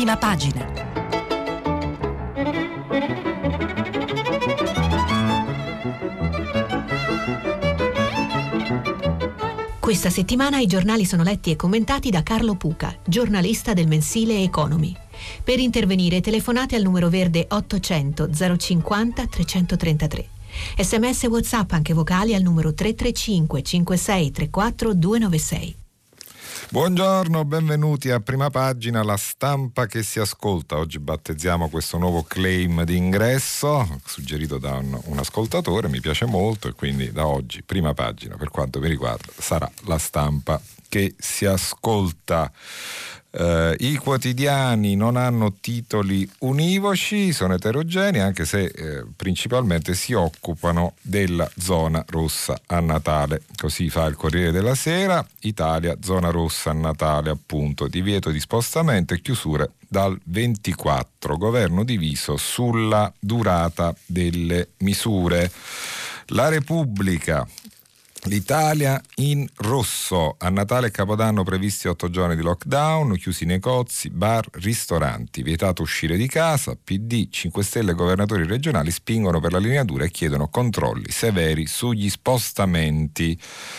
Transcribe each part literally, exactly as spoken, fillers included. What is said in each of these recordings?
Prima Pagina. Questa settimana i giornali sono letti e commentati da Carlo Puca, giornalista del mensile Economy. Per intervenire telefonate al numero verde ottocento zero cinquanta trecentotrentatré. Sms e WhatsApp anche vocali al numero tre tre cinque cinque sei tre quattro due nove sei. Buongiorno, benvenuti a Prima Pagina, la stampa che si ascolta. Oggi battezziamo questo nuovo claim di ingresso suggerito da un, un ascoltatore, mi piace molto, e quindi da oggi Prima Pagina, per quanto mi riguarda, sarà la stampa che si ascolta. Uh, I quotidiani non hanno titoli univoci, sono eterogenei, anche se eh, principalmente si occupano della zona rossa a Natale. Così fa il Corriere della Sera: Italia, zona rossa a Natale, appunto, divieto di spostamento e chiusure dal ventiquattro, governo diviso sulla durata delle misure. La Repubblica: l'Italia in rosso, a Natale e Capodanno previsti otto giorni di lockdown, chiusi negozi, bar, ristoranti, vietato uscire di casa. P D, cinque Stelle e governatori regionali spingono per la linea dura e chiedono controlli severi sugli spostamenti.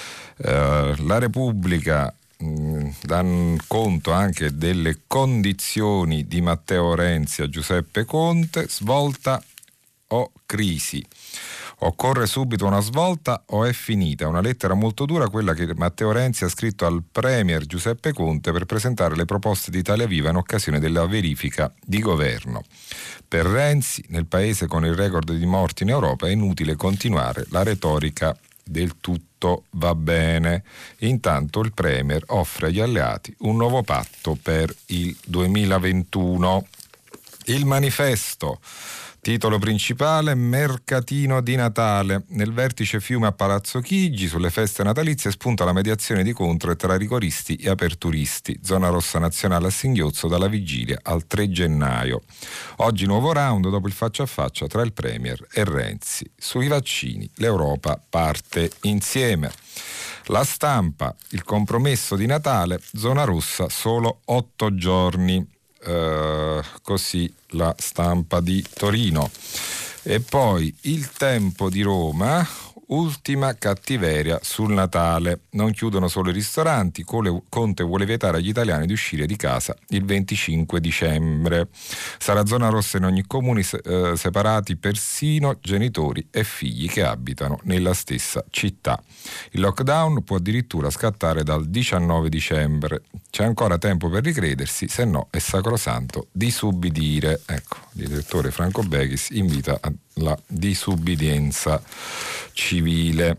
Eh, la Repubblica mh, dà conto anche delle condizioni di Matteo Renzi a Giuseppe Conte: svolta o crisi. Occorre subito una svolta o è finita? Una lettera molto dura, quella che Matteo Renzi ha scritto al premier Giuseppe Conte per presentare le proposte di Italia Viva in occasione della verifica di governo. Per Renzi, nel paese con il record di morti in Europa, è inutile continuare la retorica del tutto va bene. Intanto il premier offre agli alleati un nuovo patto per il duemilaventuno. Il Manifesto, titolo principale: mercatino di Natale. Nel vertice Fiume a Palazzo Chigi sulle feste natalizie spunta la mediazione di contro tra rigoristi e aperturisti. Zona rossa nazionale a singhiozzo dalla vigilia al tre gennaio. Oggi nuovo round dopo il faccia a faccia tra il premier e Renzi. Sui vaccini l'Europa parte insieme. La Stampa: il compromesso di Natale, zona rossa solo otto giorni. Uh, così la Stampa di Torino. E poi Il Tempo di Roma: ultima cattiveria sul Natale, non chiudono solo i ristoranti, Conte vuole vietare agli italiani di uscire di casa il venticinque dicembre. Sarà zona rossa in ogni comune, eh, separati persino genitori e figli che abitano nella stessa città. Il lockdown può addirittura scattare dal diciannove dicembre. C'è ancora tempo per ricredersi, se no è sacrosanto disubbidire. Ecco, il direttore Franco Bechis invita alla disubbidienza civile.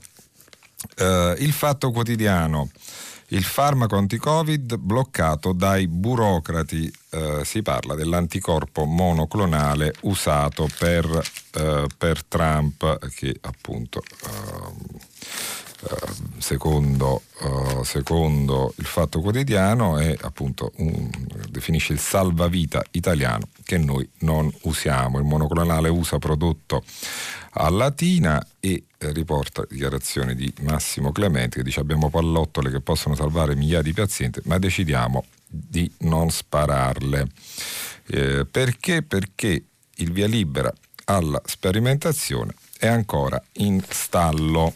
Uh, il Fatto Quotidiano: il farmaco anti-Covid bloccato dai burocrati. Uh, si parla dell'anticorpo monoclonale usato per, uh, per Trump, che appunto uh, Uh, secondo, uh, secondo il Fatto Quotidiano è appunto un, definisce il salvavita italiano che noi non usiamo. Il monoclonale U S A prodotto a Latina, e eh, riporta dichiarazioni di Massimo Clementi che dice: abbiamo pallottole che possono salvare migliaia di pazienti, ma decidiamo di non spararle. Eh, perché? Perché il via libera alla sperimentazione è ancora in stallo.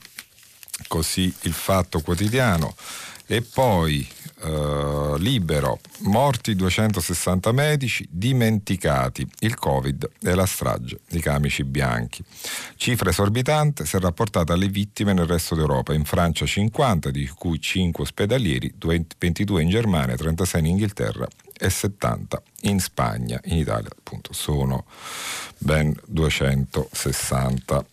Così il Fatto Quotidiano. E poi eh, Libero: morti duecentosessanta medici dimenticati, il Covid è la strage di camici bianchi. Cifra esorbitante si è rapportata alle vittime nel resto d'Europa: in Francia cinquanta, di cui cinque ospedalieri, ventidue in Germania, trentasei in Inghilterra e settanta in Spagna. In Italia appunto sono ben duecentosessanta.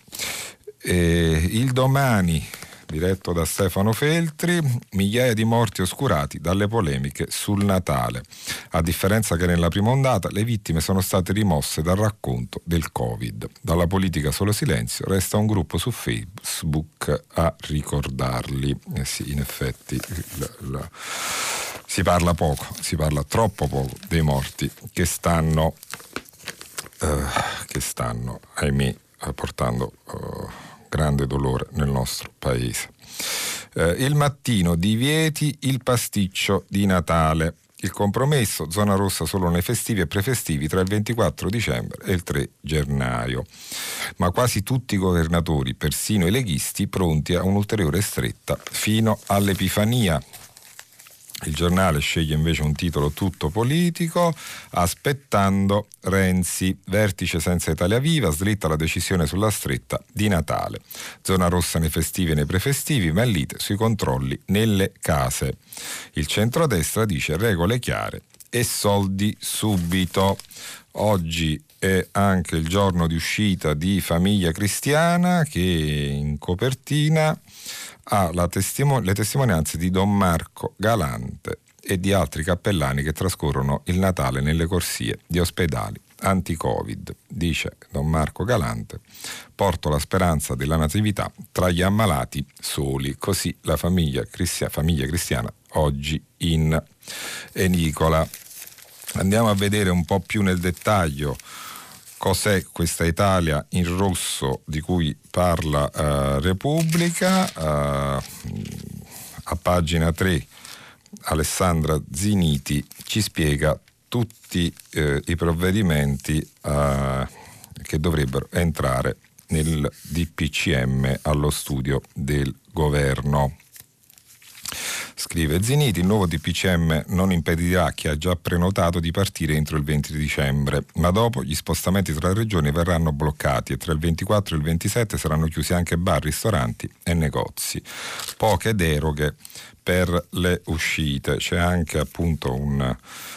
E il Domani, diretto da Stefano Feltri: migliaia di morti oscurati dalle polemiche sul Natale. A differenza che nella prima ondata, le vittime sono state rimosse dal racconto del Covid. Dalla politica solo silenzio, resta un gruppo su Facebook a ricordarli. Eh sì, in effetti la, la, si parla poco, si parla troppo poco dei morti che stanno, eh, che stanno, ahimè, portando Eh, grande dolore nel nostro paese. Eh, il Mattino: divieti, il pasticcio di Natale. Il compromesso, zona rossa solo nei festivi e prefestivi tra il ventiquattro dicembre e il tre gennaio. Ma quasi tutti i governatori, persino i leghisti, pronti a un'ulteriore stretta fino all'Epifania. Il giornale sceglie invece un titolo tutto politico: aspettando Renzi, vertice senza Italia Viva, slitta la decisione sulla stretta di Natale. Zona rossa nei festivi e nei prefestivi, ma lite sui controlli nelle case. Il centrodestra dice regole chiare e soldi subito. Oggi è anche il giorno di uscita di Famiglia Cristiana, che in copertina ha la testimon- le testimonianze di Don Marco Galante e di altri cappellani che trascorrono il Natale nelle corsie di ospedali anti-Covid. Dice Don Marco Galante: porto la speranza della natività tra gli ammalati soli. Così la famiglia, cristia- famiglia cristiana oggi in edicola. Andiamo a vedere un po' più nel dettaglio cos'è questa Italia in rosso di cui parla uh, Repubblica. Uh, a pagina tre Alessandra Ziniti ci spiega tutti uh, i provvedimenti uh, che dovrebbero entrare nel D P C M allo studio del governo. Scrive Ziniti: il nuovo D P C M non impedirà a chi ha già prenotato di partire entro il venti dicembre, ma dopo gli spostamenti tra le regioni verranno bloccati e tra il ventiquattro e il ventisette saranno chiusi anche bar, ristoranti e negozi. Poche deroghe per le uscite. C'è anche appunto un,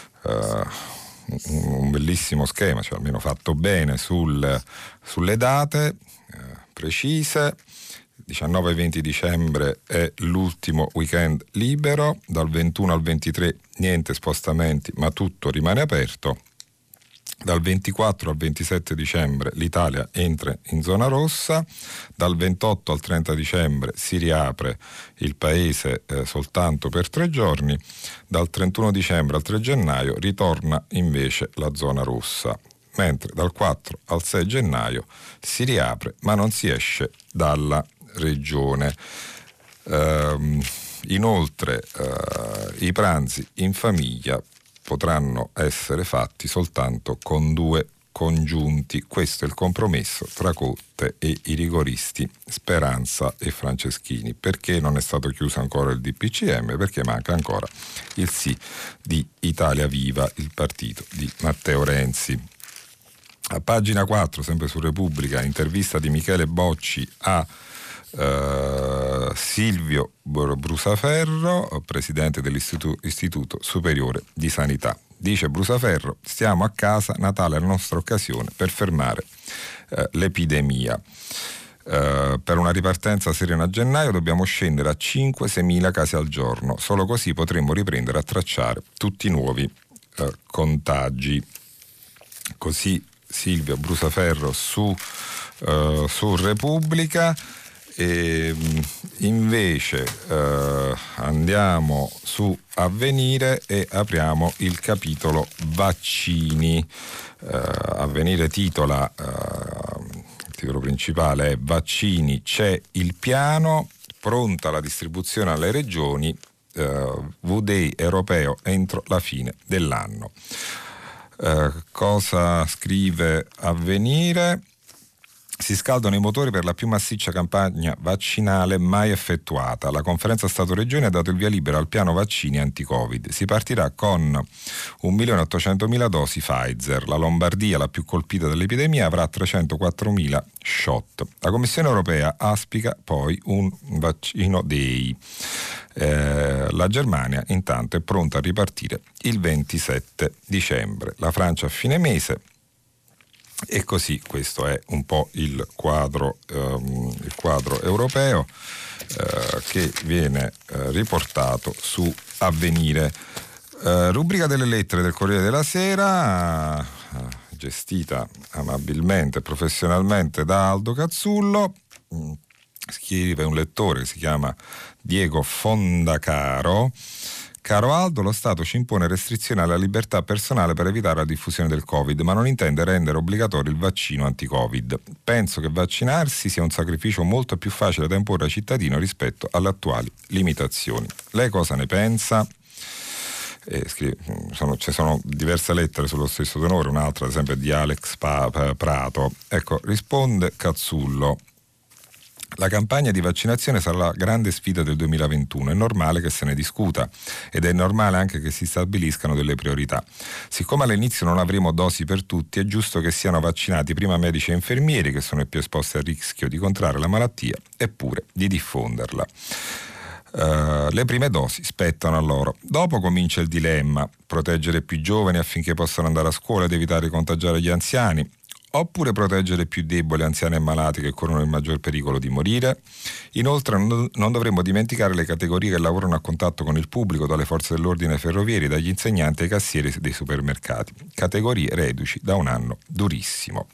uh, un bellissimo schema, cioè almeno fatto bene sul, sulle date uh, precise. diciannove e venti dicembre è l'ultimo weekend libero, dal ventuno al ventitré niente spostamenti ma tutto rimane aperto. Dal ventiquattro al ventisette dicembre l'Italia entra in zona rossa, dal ventotto al trenta dicembre si riapre il paese eh, soltanto per tre giorni, dal trentuno dicembre al tre gennaio ritorna invece la zona rossa, mentre dal quattro al sei gennaio si riapre ma non si esce dalla regione. Uh, inoltre uh, i pranzi in famiglia potranno essere fatti soltanto con due congiunti. Questo è il compromesso tra Conte e i rigoristi Speranza e Franceschini. Perché non è stato chiuso ancora il D P C M? Perché manca ancora il sì di Italia Viva, il partito di Matteo Renzi. A pagina quattro, sempre su Repubblica, intervista di Michele Bocci a Uh, Silvio Brusaferro, presidente dell'Istituto Istituto Superiore di Sanità. Dice Brusaferro: stiamo a casa, Natale è la nostra occasione per fermare uh, l'epidemia. Uh, per una ripartenza serena a gennaio dobbiamo scendere a cinque sei mila casi al giorno, solo così potremmo riprendere a tracciare tutti i nuovi uh, contagi. Così Silvio Brusaferro su, uh, su Repubblica. E invece eh, andiamo su Avvenire e apriamo il capitolo vaccini. eh, Avvenire titola, eh, il titolo principale è vaccini, c'è il piano, pronta la distribuzione alle regioni, eh, V-Day europeo entro la fine dell'anno. Eh, cosa scrive Avvenire? Si scaldano i motori per la più massiccia campagna vaccinale mai effettuata. La conferenza Stato-Regioni ha dato il via libera al piano vaccini anti-Covid. Si partirà con un milione e ottocentomila dosi Pfizer. La Lombardia, la più colpita dall'epidemia, avrà trecentoquattromila shot. La Commissione europea auspica poi un vaccino day. Eh, la Germania intanto è pronta a ripartire il ventisette dicembre. La Francia a fine mese. E così questo è un po' il quadro, um, il quadro europeo uh, che viene uh, riportato su Avvenire. Uh, rubrica delle lettere del Corriere della Sera, uh, gestita amabilmente e professionalmente da Aldo Cazzullo. Mm, scrive un lettore che si chiama Diego Fondacaro. Caro Aldo, lo Stato ci impone restrizioni alla libertà personale per evitare la diffusione del Covid, ma non intende rendere obbligatorio il vaccino anti-Covid. Penso che vaccinarsi sia un sacrificio molto più facile da imporre ai cittadini rispetto alle attuali limitazioni. Lei cosa ne pensa? E scrive, sono, ci sono diverse lettere sullo stesso tenore, un'altra ad esempio di Alex pa, pa, Prato. Ecco, risponde Cazzullo: la campagna di vaccinazione sarà la grande sfida del duemilaventuno, è normale che se ne discuta ed è normale anche che si stabiliscano delle priorità. Siccome all'inizio non avremo dosi per tutti, è giusto che siano vaccinati prima medici e infermieri, che sono i più esposti al rischio di contrarre la malattia e pure di diffonderla. Uh, le prime dosi spettano a loro. Dopo comincia il dilemma: proteggere i più giovani affinché possano andare a scuola ed evitare di contagiare gli anziani, oppure proteggere i più deboli, anziani e malati che corrono il maggior pericolo di morire. Inoltre non dovremmo dimenticare le categorie che lavorano a contatto con il pubblico, dalle forze dell'ordine ai ferrovieri, dagli insegnanti ai cassieri dei supermercati, categorie reduci da un anno durissimo.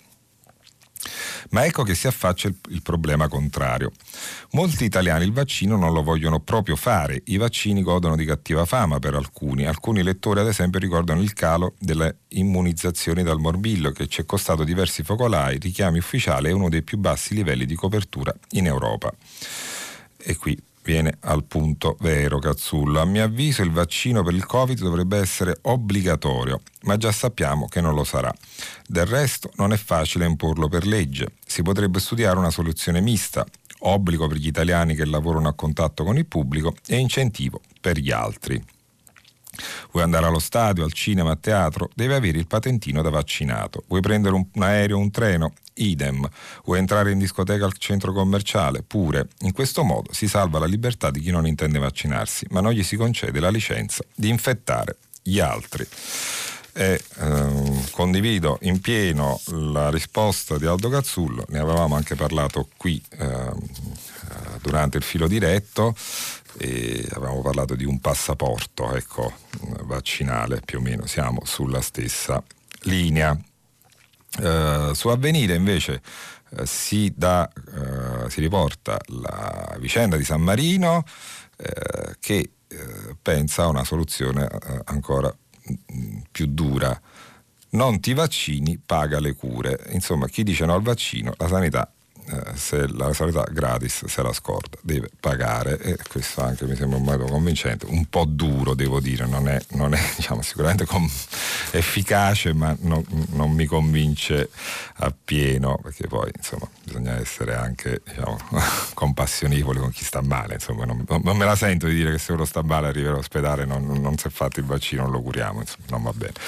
Ma ecco che si affaccia il, il problema contrario. Molti italiani il vaccino non lo vogliono proprio fare. I vaccini godono di cattiva fama per alcuni. Alcuni lettori, ad esempio, ricordano il calo delle immunizzazioni dal morbillo, che ci è costato diversi focolai, richiami ufficiali e uno dei più bassi livelli di copertura in Europa. E qui viene al punto vero Cazzullo. A mio avviso il vaccino per il Covid dovrebbe essere obbligatorio, ma già sappiamo che non lo sarà. Del resto non è facile imporlo per legge. Si potrebbe studiare una soluzione mista: obbligo per gli italiani che lavorano a contatto con il pubblico e incentivo per gli altri. Vuoi andare allo stadio, al cinema, a teatro? Devi avere il patentino da vaccinato. Vuoi prendere un, un aereo o un treno? Idem. Vuoi entrare in discoteca al centro commerciale? Pure. In questo modo si salva la libertà di chi non intende vaccinarsi, ma non gli si concede la licenza di infettare gli altri. E ehm, condivido in pieno la risposta di Aldo Cazzullo. Ne avevamo anche parlato qui ehm, durante il filo diretto e avevamo parlato di un passaporto, ecco, vaccinale, più o meno siamo sulla stessa linea. Uh, su Avvenire invece uh, si, dà, uh, si riporta la vicenda di San Marino uh, che uh, pensa a una soluzione uh, ancora mh, più dura: non ti vaccini, paga le cure. Insomma, chi dice no al vaccino, la sanità uh, se la sanità gratis se la scorda, deve pagare, e questo anche mi sembra un modo convincente, un po' duro devo dire, non è, non è diciamo, sicuramente com- efficace, ma non, non mi convince appieno, perché poi insomma bisogna essere anche, diciamo, compassionevoli con chi sta male. Insomma, non, non me la sento di dire che se uno sta male arriva all'ospedale, non, non si è fatto il vaccino, non lo curiamo, insomma, non va bene.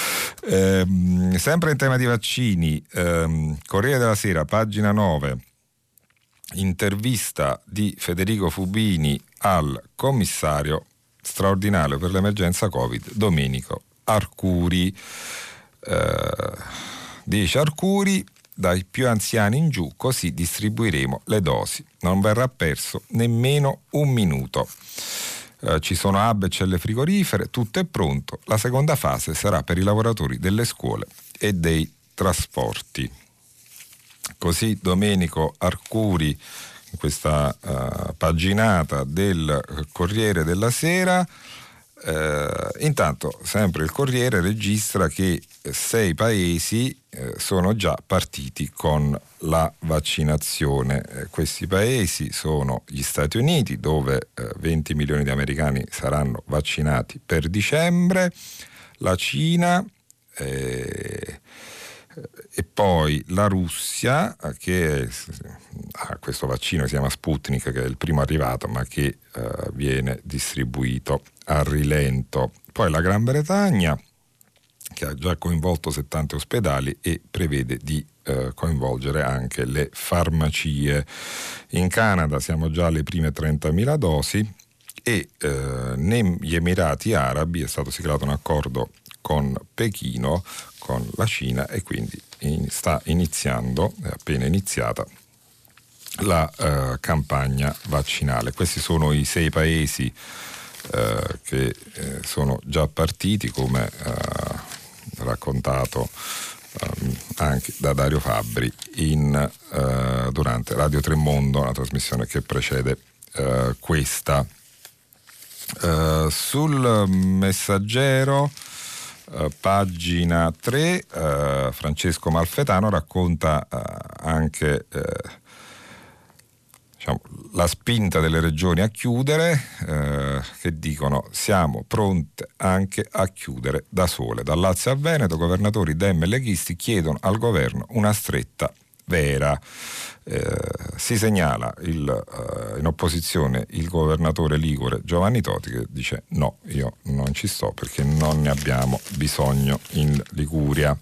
Ehm, sempre in tema di vaccini, ehm, Corriere della Sera, pagina nove, intervista di Federico Fubini al commissario straordinario per l'emergenza Covid, Domenico Arcuri. Eh, dice Arcuri: dai più anziani in giù, così distribuiremo le dosi, non verrà perso nemmeno un minuto. Eh, ci sono hub e celle frigorifere, tutto è pronto. La seconda fase sarà per i lavoratori delle scuole e dei trasporti. Così Domenico Arcuri in questa uh, paginata del Corriere della Sera. Uh, intanto sempre il Corriere registra che sei paesi uh, sono già partiti con la vaccinazione. Uh, questi paesi sono gli Stati Uniti, dove uh, venti milioni di americani saranno vaccinati per dicembre, la Cina, eh, e poi la Russia, che ha questo vaccino che si chiama Sputnik, che è il primo arrivato ma che eh, viene distribuito a rilento. Poi la Gran Bretagna, che ha già coinvolto settanta ospedali e prevede di eh, coinvolgere anche le farmacie. In Canada siamo già alle prime trentamila dosi e eh, negli Emirati Arabi è stato siglato un accordo con Pechino, con la Cina, e quindi in, sta iniziando, è appena iniziata, la uh, campagna vaccinale. Questi sono i sei paesi uh, che uh, sono già partiti, come uh, raccontato um, anche da Dario Fabbri in, uh, durante Radio Tremondo, una trasmissione che precede uh, questa. Uh, sul Messaggero, Uh, pagina tre, uh, Francesco Malfetano racconta uh, anche uh, diciamo, la spinta delle regioni a chiudere, eh, che dicono siamo pronte anche a chiudere da sole. Dal Lazio a Veneto, governatori Dem e leghisti chiedono al governo una stretta vera. Eh, si segnala il, eh, in opposizione il governatore ligure Giovanni Toti, che dice no, io non ci sto perché non ne abbiamo bisogno in Liguria.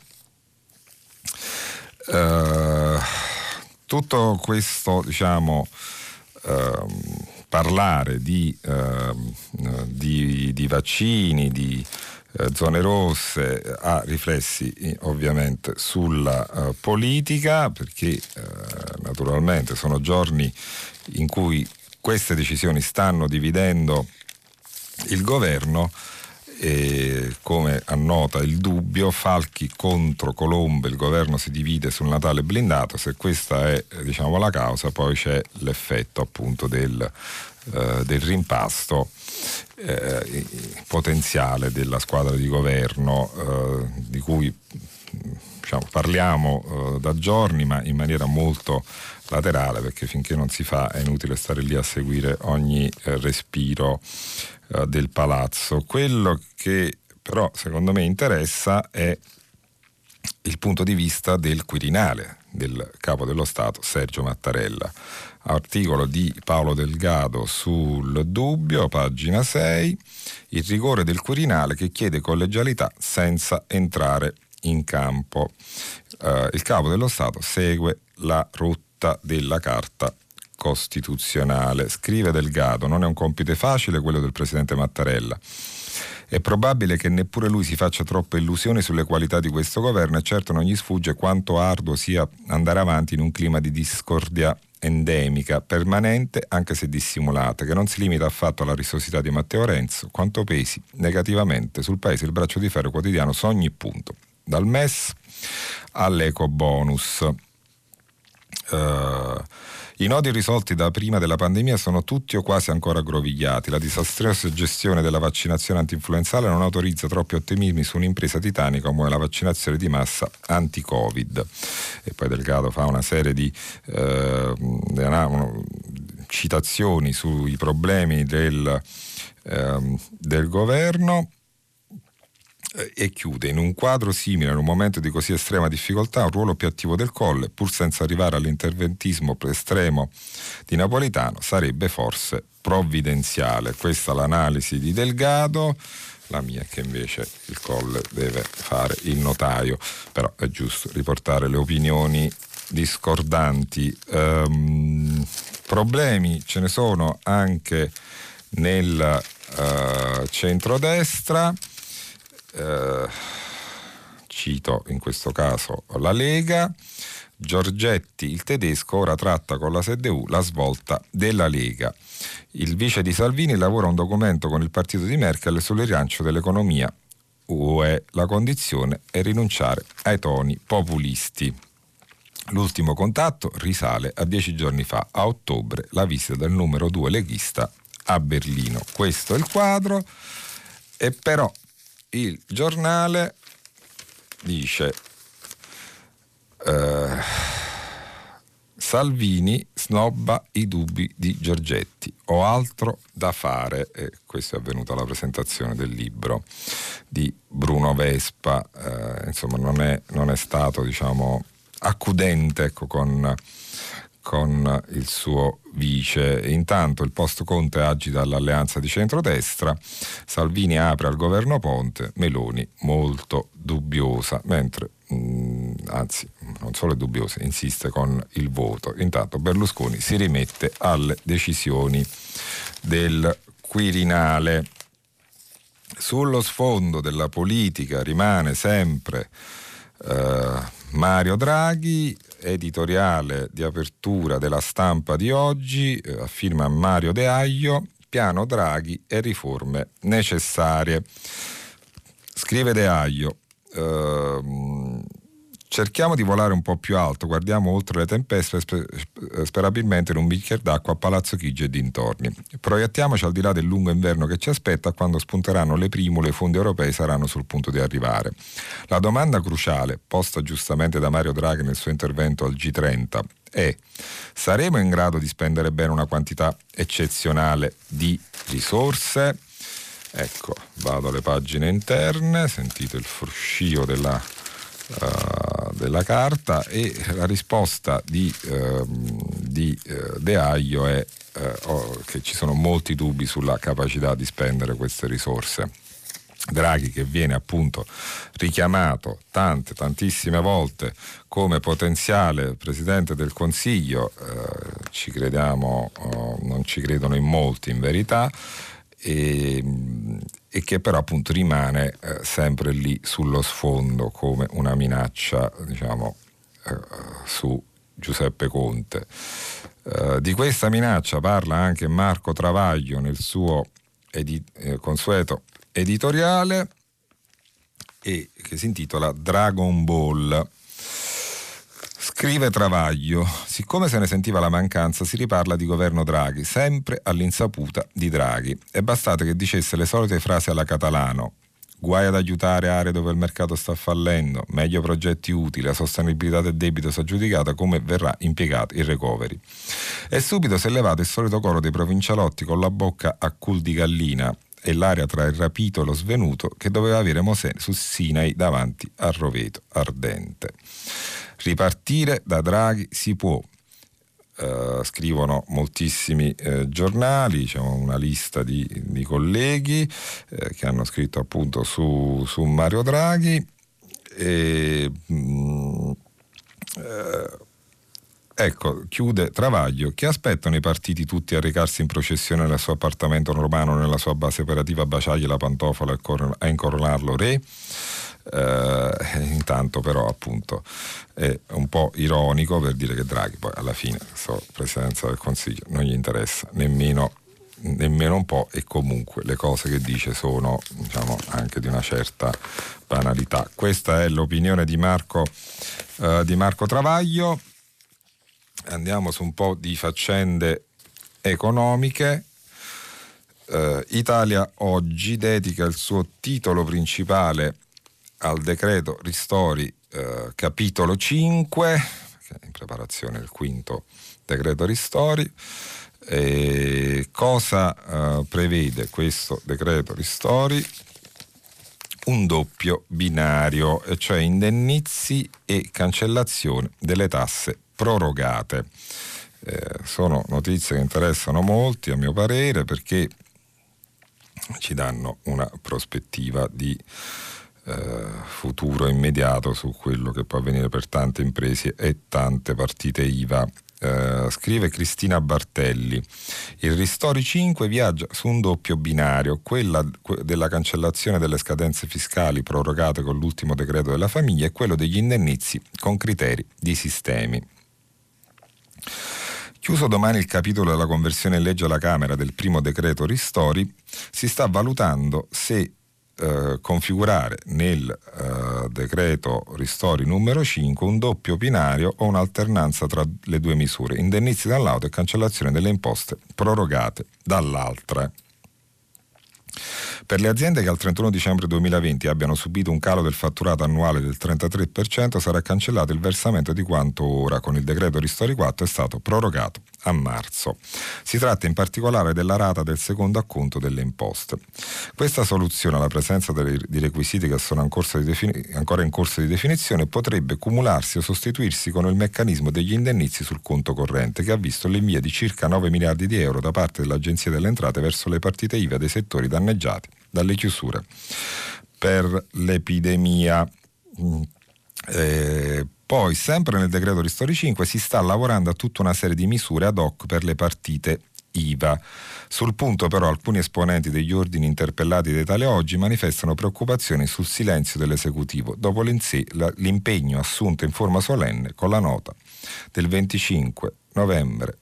Eh, tutto questo, diciamo, eh, parlare di, eh, di, di vaccini, di eh, zone rosse, ha riflessi eh, ovviamente sulla eh, politica, perché eh, naturalmente sono giorni in cui queste decisioni stanno dividendo il governo. E come annota Il Dubbio, Falchi contro Colombo, il governo si divide sul Natale blindato. Se questa è, diciamo, la causa, poi c'è l'effetto appunto del, eh, del rimpasto eh, potenziale della squadra di governo, eh, di cui diciamo, parliamo eh, da giorni, ma in maniera molto laterale, perché finché non si fa è inutile stare lì a seguire ogni eh, respiro eh, del palazzo. Quello che però secondo me interessa è il punto di vista del Quirinale, del capo dello Stato Sergio Mattarella. Articolo di Paolo Delgado sul Dubbio, pagina sei, il rigore del Quirinale che chiede collegialità senza entrare in campo. Eh, il capo dello Stato segue la rotta della Carta Costituzionale. Scrive Delgado: non è un compito facile quello del presidente Mattarella. È probabile che neppure lui si faccia troppe illusioni sulle qualità di questo governo e certo non gli sfugge quanto arduo sia andare avanti in un clima di discordia endemica, permanente anche se dissimulata, che non si limita affatto alla rissosità di Matteo Renzi, quanto pesi negativamente sul paese il braccio di ferro quotidiano su ogni punto, dal M E S all'ecobonus. Uh, I nodi risolti da prima della pandemia sono tutti o quasi ancora aggrovigliati. La disastrosa gestione della vaccinazione antinfluenzale non autorizza troppi ottimismi su un'impresa titanica come la vaccinazione di massa anti-Covid. E poi Delgado fa una serie di eh, citazioni sui problemi del, eh, del governo. E chiude: in un quadro simile, in un momento di così estrema difficoltà, un ruolo più attivo del Colle, pur senza arrivare all'interventismo estremo di Napolitano, sarebbe forse provvidenziale. Questa è l'analisi di Delgado. La mia è che invece il Colle deve fare il notaio, però è giusto riportare le opinioni discordanti. Um, problemi ce ne sono anche nel uh, centrodestra. Uh, cito in questo caso la Lega. Giorgetti, il tedesco, ora tratta con la S D U la svolta della Lega. Il vice di Salvini lavora un documento con il partito di Merkel sul rilancio dell'economia U E. La condizione è rinunciare ai toni populisti. L'ultimo contatto risale a dieci giorni fa, a ottobre, la visita del numero due leghista a Berlino. Questo è il quadro. E però il Giornale dice eh, Salvini snobba i dubbi di Giorgetti, ho altro da fare. E questo è avvenuto alla presentazione del libro di Bruno Vespa. Eh, insomma non è, non è stato, diciamo, accudente, ecco, con con il suo vice. Intanto il post Conte agita all'alleanza di centrodestra, Salvini apre al governo Ponte, Meloni molto dubbiosa, mentre mh, anzi non solo è dubbiosa, insiste con il voto. Intanto Berlusconi si rimette alle decisioni del Quirinale. Sullo sfondo della politica rimane sempre eh, Mario Draghi. Editoriale di apertura della Stampa di oggi, eh, firma Mario De Aglio, piano Draghi e riforme necessarie. Scrive De Aglio, ehm, Cerchiamo di volare un po' più alto, guardiamo oltre le tempeste, sper- sperabilmente in un bicchiere d'acqua a Palazzo Chigi e dintorni. Proiettiamoci al di là del lungo inverno che ci aspetta, quando spunteranno le primule e i fondi europei saranno sul punto di arrivare. La domanda cruciale, posta giustamente da Mario Draghi nel suo intervento al G trenta, è: saremo in grado di spendere bene una quantità eccezionale di risorse? Ecco, vado alle pagine interne, sentite il fruscio della Uh, della carta, e la risposta di, uh, di uh, De Aglio è uh, oh, che ci sono molti dubbi sulla capacità di spendere queste risorse. Draghi, che viene appunto richiamato tante, tantissime volte come potenziale Presidente del Consiglio, uh, ci crediamo, uh, non ci credono in molti in verità, e, e che però appunto rimane eh, sempre lì sullo sfondo come una minaccia, diciamo, eh, su Giuseppe Conte. Eh, di questa minaccia parla anche Marco Travaglio nel suo edi- eh, consueto editoriale, e che si intitola Dragon Ball. Scrive Travaglio: siccome se ne sentiva la mancanza, si riparla di governo Draghi, sempre all'insaputa di Draghi. È bastato che dicesse le solite frasi alla Catalano: guai ad aiutare aree dove il mercato sta fallendo, meglio progetti utili, la sostenibilità del debito si è aggiudicata, come verrà impiegato il recovery. E subito si è levato il solito coro dei provincialotti con la bocca a cul di gallina e l'aria tra il rapito e lo svenuto che doveva avere Mosè su Sinai davanti al roveto ardente. Ripartire da Draghi si può, eh, scrivono moltissimi eh, giornali, c'è una lista di, di colleghi eh, che hanno scritto appunto su, su Mario Draghi, e mh, eh, ecco, chiude Travaglio: che aspettano i partiti tutti a recarsi in processione nel suo appartamento romano, nella sua base operativa, a baciargli la pantofola e cor- a incoronarlo re? Uh, intanto però appunto è un po' ironico, per dire che Draghi poi alla fine so, presidenza del Consiglio non gli interessa nemmeno, nemmeno un po', e comunque le cose che dice sono, diciamo, anche di una certa banalità. Questa è l'opinione di Marco, uh, di Marco Travaglio. Andiamo su un po' di faccende economiche. Uh, Italia Oggi dedica il suo titolo principale al decreto ristori, eh, capitolo cinque, che è in preparazione il quinto decreto ristori. E cosa eh, prevede questo decreto ristori? Un doppio binario, e cioè indennizi e cancellazione delle tasse prorogate. Eh, sono notizie che interessano molti, a mio parere, perché ci danno una prospettiva di Uh, futuro immediato su quello che può avvenire per tante imprese e tante partite I V A. Uh, scrive Cristina Bartelli: il Ristori cinque viaggia su un doppio binario, quella della cancellazione delle scadenze fiscali prorogate con l'ultimo decreto della famiglia, e quello degli indennizi con criteri di sistemi. Chiuso domani il capitolo della conversione in legge alla Camera del primo decreto ristori, si sta valutando se Uh, configurare nel uh, decreto ristori numero cinque un doppio binario o un'alternanza tra le due misure, indennizi da un lato e cancellazione delle imposte prorogate dall'altra. Per le aziende che al trentuno dicembre duemilaventi abbiano subito un calo del fatturato annuale del trentatré per cento sarà cancellato il versamento di quanto ora, con il decreto ristori quattro, è stato prorogato a marzo. Si tratta in particolare della rata del secondo acconto delle imposte. Questa soluzione, alla presenza dei, di requisiti che sono ancora, di defini, ancora in corso di definizione, potrebbe cumularsi o sostituirsi con il meccanismo degli indennizi sul conto corrente, che ha visto l'invio di circa nove miliardi di euro da parte dell'Agenzia delle Entrate verso le partite I V A dei settori danneggiati dalle chiusure per l'epidemia. Eh, poi, sempre nel decreto ristori cinque, si sta lavorando a tutta una serie di misure ad hoc per le partite I V A. Sul punto però alcuni esponenti degli ordini interpellati da Italia Oggi manifestano preoccupazioni sul silenzio dell'esecutivo dopo l'impegno assunto in forma solenne con la nota del venticinque novembre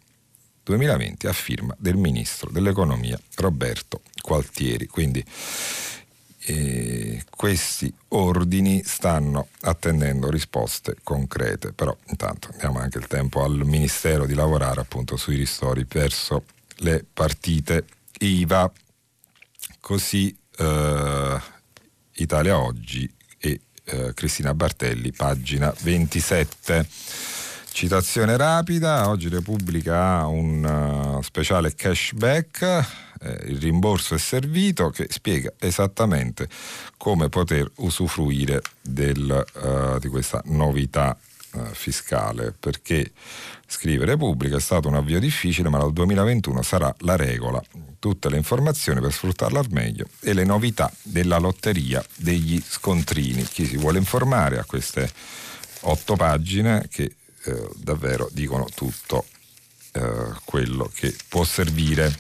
duemilaventi a firma del ministro dell'economia Roberto Gualtieri. Quindi e questi ordini stanno attendendo risposte concrete, però intanto diamo anche il tempo al Ministero di lavorare appunto sui ristori verso le partite I V A. Così eh, Italia Oggi e eh, Cristina Bartelli, pagina ventisette. Citazione rapida: oggi Repubblica ha un uh, speciale cashback, eh, il rimborso è servito, che spiega esattamente come poter usufruire del, uh, di questa novità uh, fiscale, perché, scrive Repubblica, è stato un avvio difficile, ma dal duemilaventuno sarà la regola. Tutte le informazioni per sfruttarla al meglio e le novità della lotteria degli scontrini. Chi si vuole informare a queste otto pagine che Eh, davvero dicono tutto eh, quello che può servire.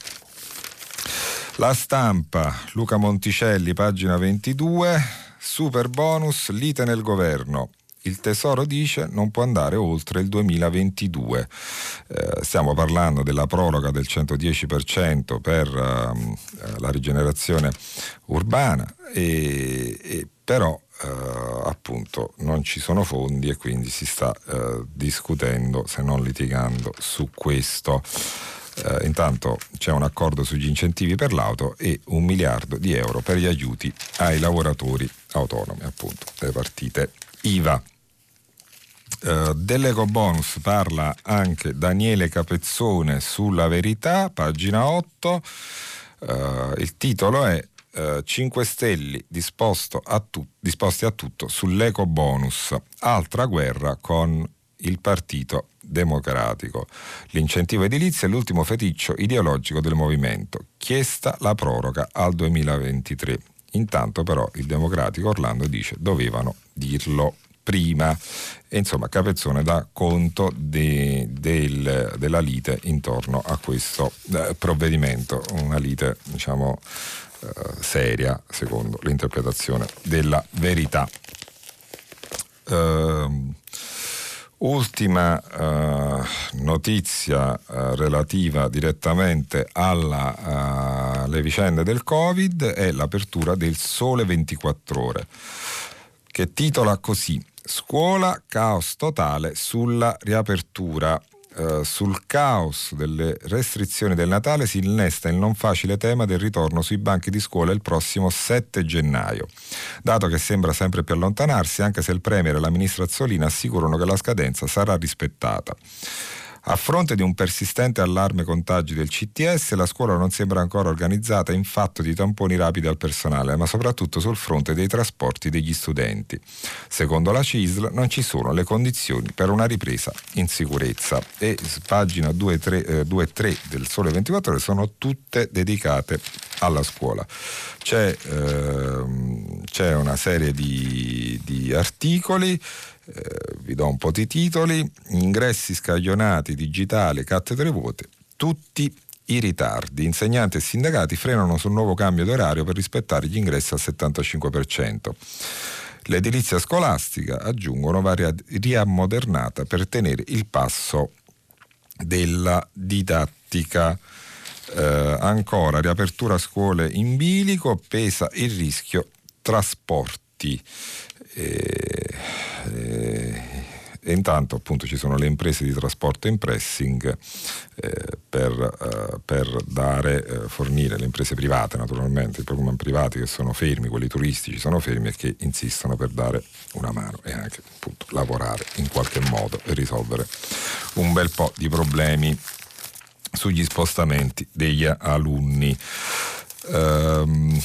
La Stampa, Luca Monticelli, pagina ventidue, super bonus, lite nel governo. Il Tesoro dice non può andare oltre il duemilaventidue. Eh, stiamo parlando della proroga del centodieci per cento per eh, la rigenerazione urbana, e, e però Uh, appunto non ci sono fondi e quindi si sta uh, discutendo, se non litigando, su questo. Uh, intanto c'è un accordo sugli incentivi per l'auto e un miliardo di euro per gli aiuti ai lavoratori autonomi, appunto, le partite I V A. Uh, dell'ecobonus parla anche Daniele Capezzone sulla Verità, pagina otto. Uh, il titolo è Uh, cinque Stelle disposto a tu- disposti a tutto sull'eco bonus, altra guerra con il Partito Democratico. L'incentivo edilizio è l'ultimo feticcio ideologico del movimento, chiesta la proroga al duemilaventitré. Intanto però il Democratico Orlando dice dovevano dirlo prima, e insomma Capezzone dà conto de, del, della lite intorno a questo eh, provvedimento, una lite diciamo Uh, seria secondo l'interpretazione della Verità. Uh, ultima uh, notizia uh, relativa direttamente alla, uh, alle vicende del Covid è l'apertura del Sole ventiquattro Ore, che titola così: scuola, caos totale sulla riapertura. Uh, sul caos delle restrizioni del Natale si innesta il non facile tema del ritorno sui banchi di scuola il prossimo sette gennaio, dato che sembra sempre più allontanarsi, anche se il Premier e la ministra Azzolina assicurano che la scadenza sarà rispettata. A fronte di un persistente allarme contagi del C T S, la scuola non sembra ancora organizzata in fatto di tamponi rapidi al personale, ma soprattutto sul fronte dei trasporti degli studenti. Secondo la C I S L non ci sono le condizioni per una ripresa in sicurezza, e pagina due e tre del Sole ventiquattro Ore sono tutte dedicate alla scuola. C'è, ehm, c'è una serie di, di articoli. Eh, vi do un po' di titoli: ingressi scaglionati, digitali, cattedre vuote, tutti i ritardi. Insegnanti e sindacati frenano sul nuovo cambio d'orario per rispettare gli ingressi al settantacinque per cento. L'edilizia scolastica, aggiungono, va riammodernata per tenere il passo della didattica. Eh, ancora, riapertura scuole in bilico, pesa il rischio trasporti. E, e, e intanto appunto ci sono le imprese di trasporto in pressing eh, per, eh, per dare, eh, fornire le imprese private, naturalmente i pullman privati che sono fermi, quelli turistici sono fermi e che insistono per dare una mano e anche appunto lavorare in qualche modo e risolvere un bel po' di problemi sugli spostamenti degli alunni. Um,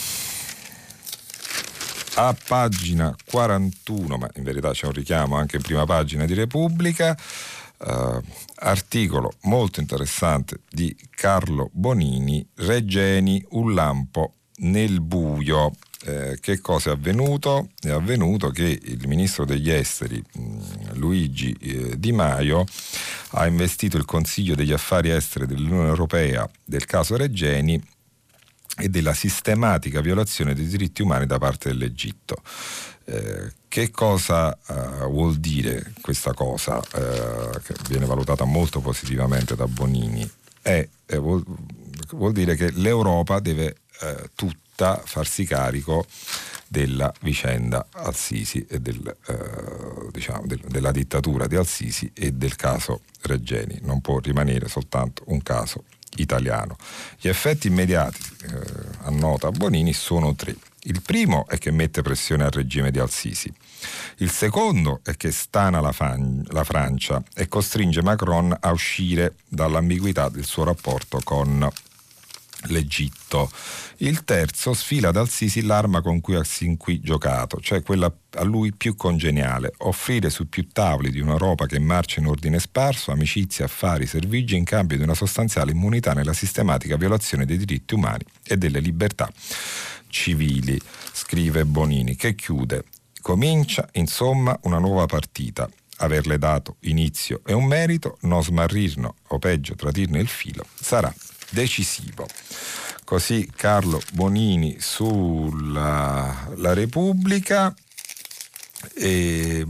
A pagina quarantuno, ma in verità c'è un richiamo anche in prima pagina di Repubblica, eh, articolo molto interessante di Carlo Bonini, Regeni, un lampo nel buio. Eh, che cosa è avvenuto? È avvenuto che il ministro degli esteri mh, Luigi eh, Di Maio ha investito il Consiglio degli Affari Esteri dell'Unione Europea del caso Regeni e della sistematica violazione dei diritti umani da parte dell'Egitto. Eh, che cosa uh, vuol dire questa cosa, uh, che viene valutata molto positivamente da Bonini? È, è, vuol, vuol dire che l'Europa deve uh, tutta tutta farsi carico della vicenda Al-Sisi e del, eh, diciamo, del, della dittatura di Al-Sisi e del caso Regeni. Non può rimanere soltanto un caso italiano. Gli effetti immediati, eh, annota Bonini, sono tre. Il primo è che mette pressione al regime di Al-Sisi. Il secondo è che stana la, fan- la Francia e costringe Macron a uscire dall'ambiguità del suo rapporto con l'Egitto. Il terzo sfila ad Al-Sisi l'arma con cui ha sin qui giocato, cioè quella a lui più congeniale: offrire su più tavoli di un'Europa che marcia in ordine sparso amicizie, affari, servigi in cambio di una sostanziale immunità nella sistematica violazione dei diritti umani e delle libertà civili, scrive Bonini, che chiude: comincia insomma una nuova partita. Averle dato inizio è un merito, non smarrirne o peggio tradirne il filo sarà decisivo. Così Carlo Bonini sulla la Repubblica. E,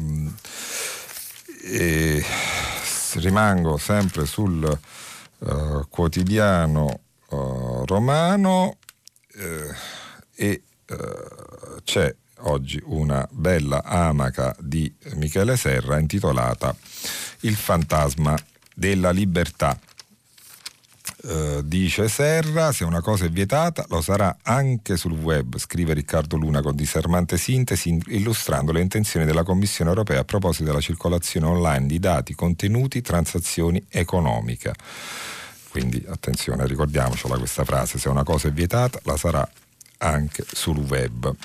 e rimango sempre sul uh, quotidiano uh, romano uh, e uh, c'è oggi una bella amaca di Michele Serra intitolata Il fantasma della libertà. Uh, dice Serra: se una cosa è vietata lo sarà anche sul web, scrive Riccardo Luna con disarmante sintesi, illustrando le intenzioni della Commissione europea a proposito della circolazione online di dati, contenuti, transazioni economiche. Quindi attenzione, ricordiamocela questa frase: se una cosa è vietata la sarà anche sul web.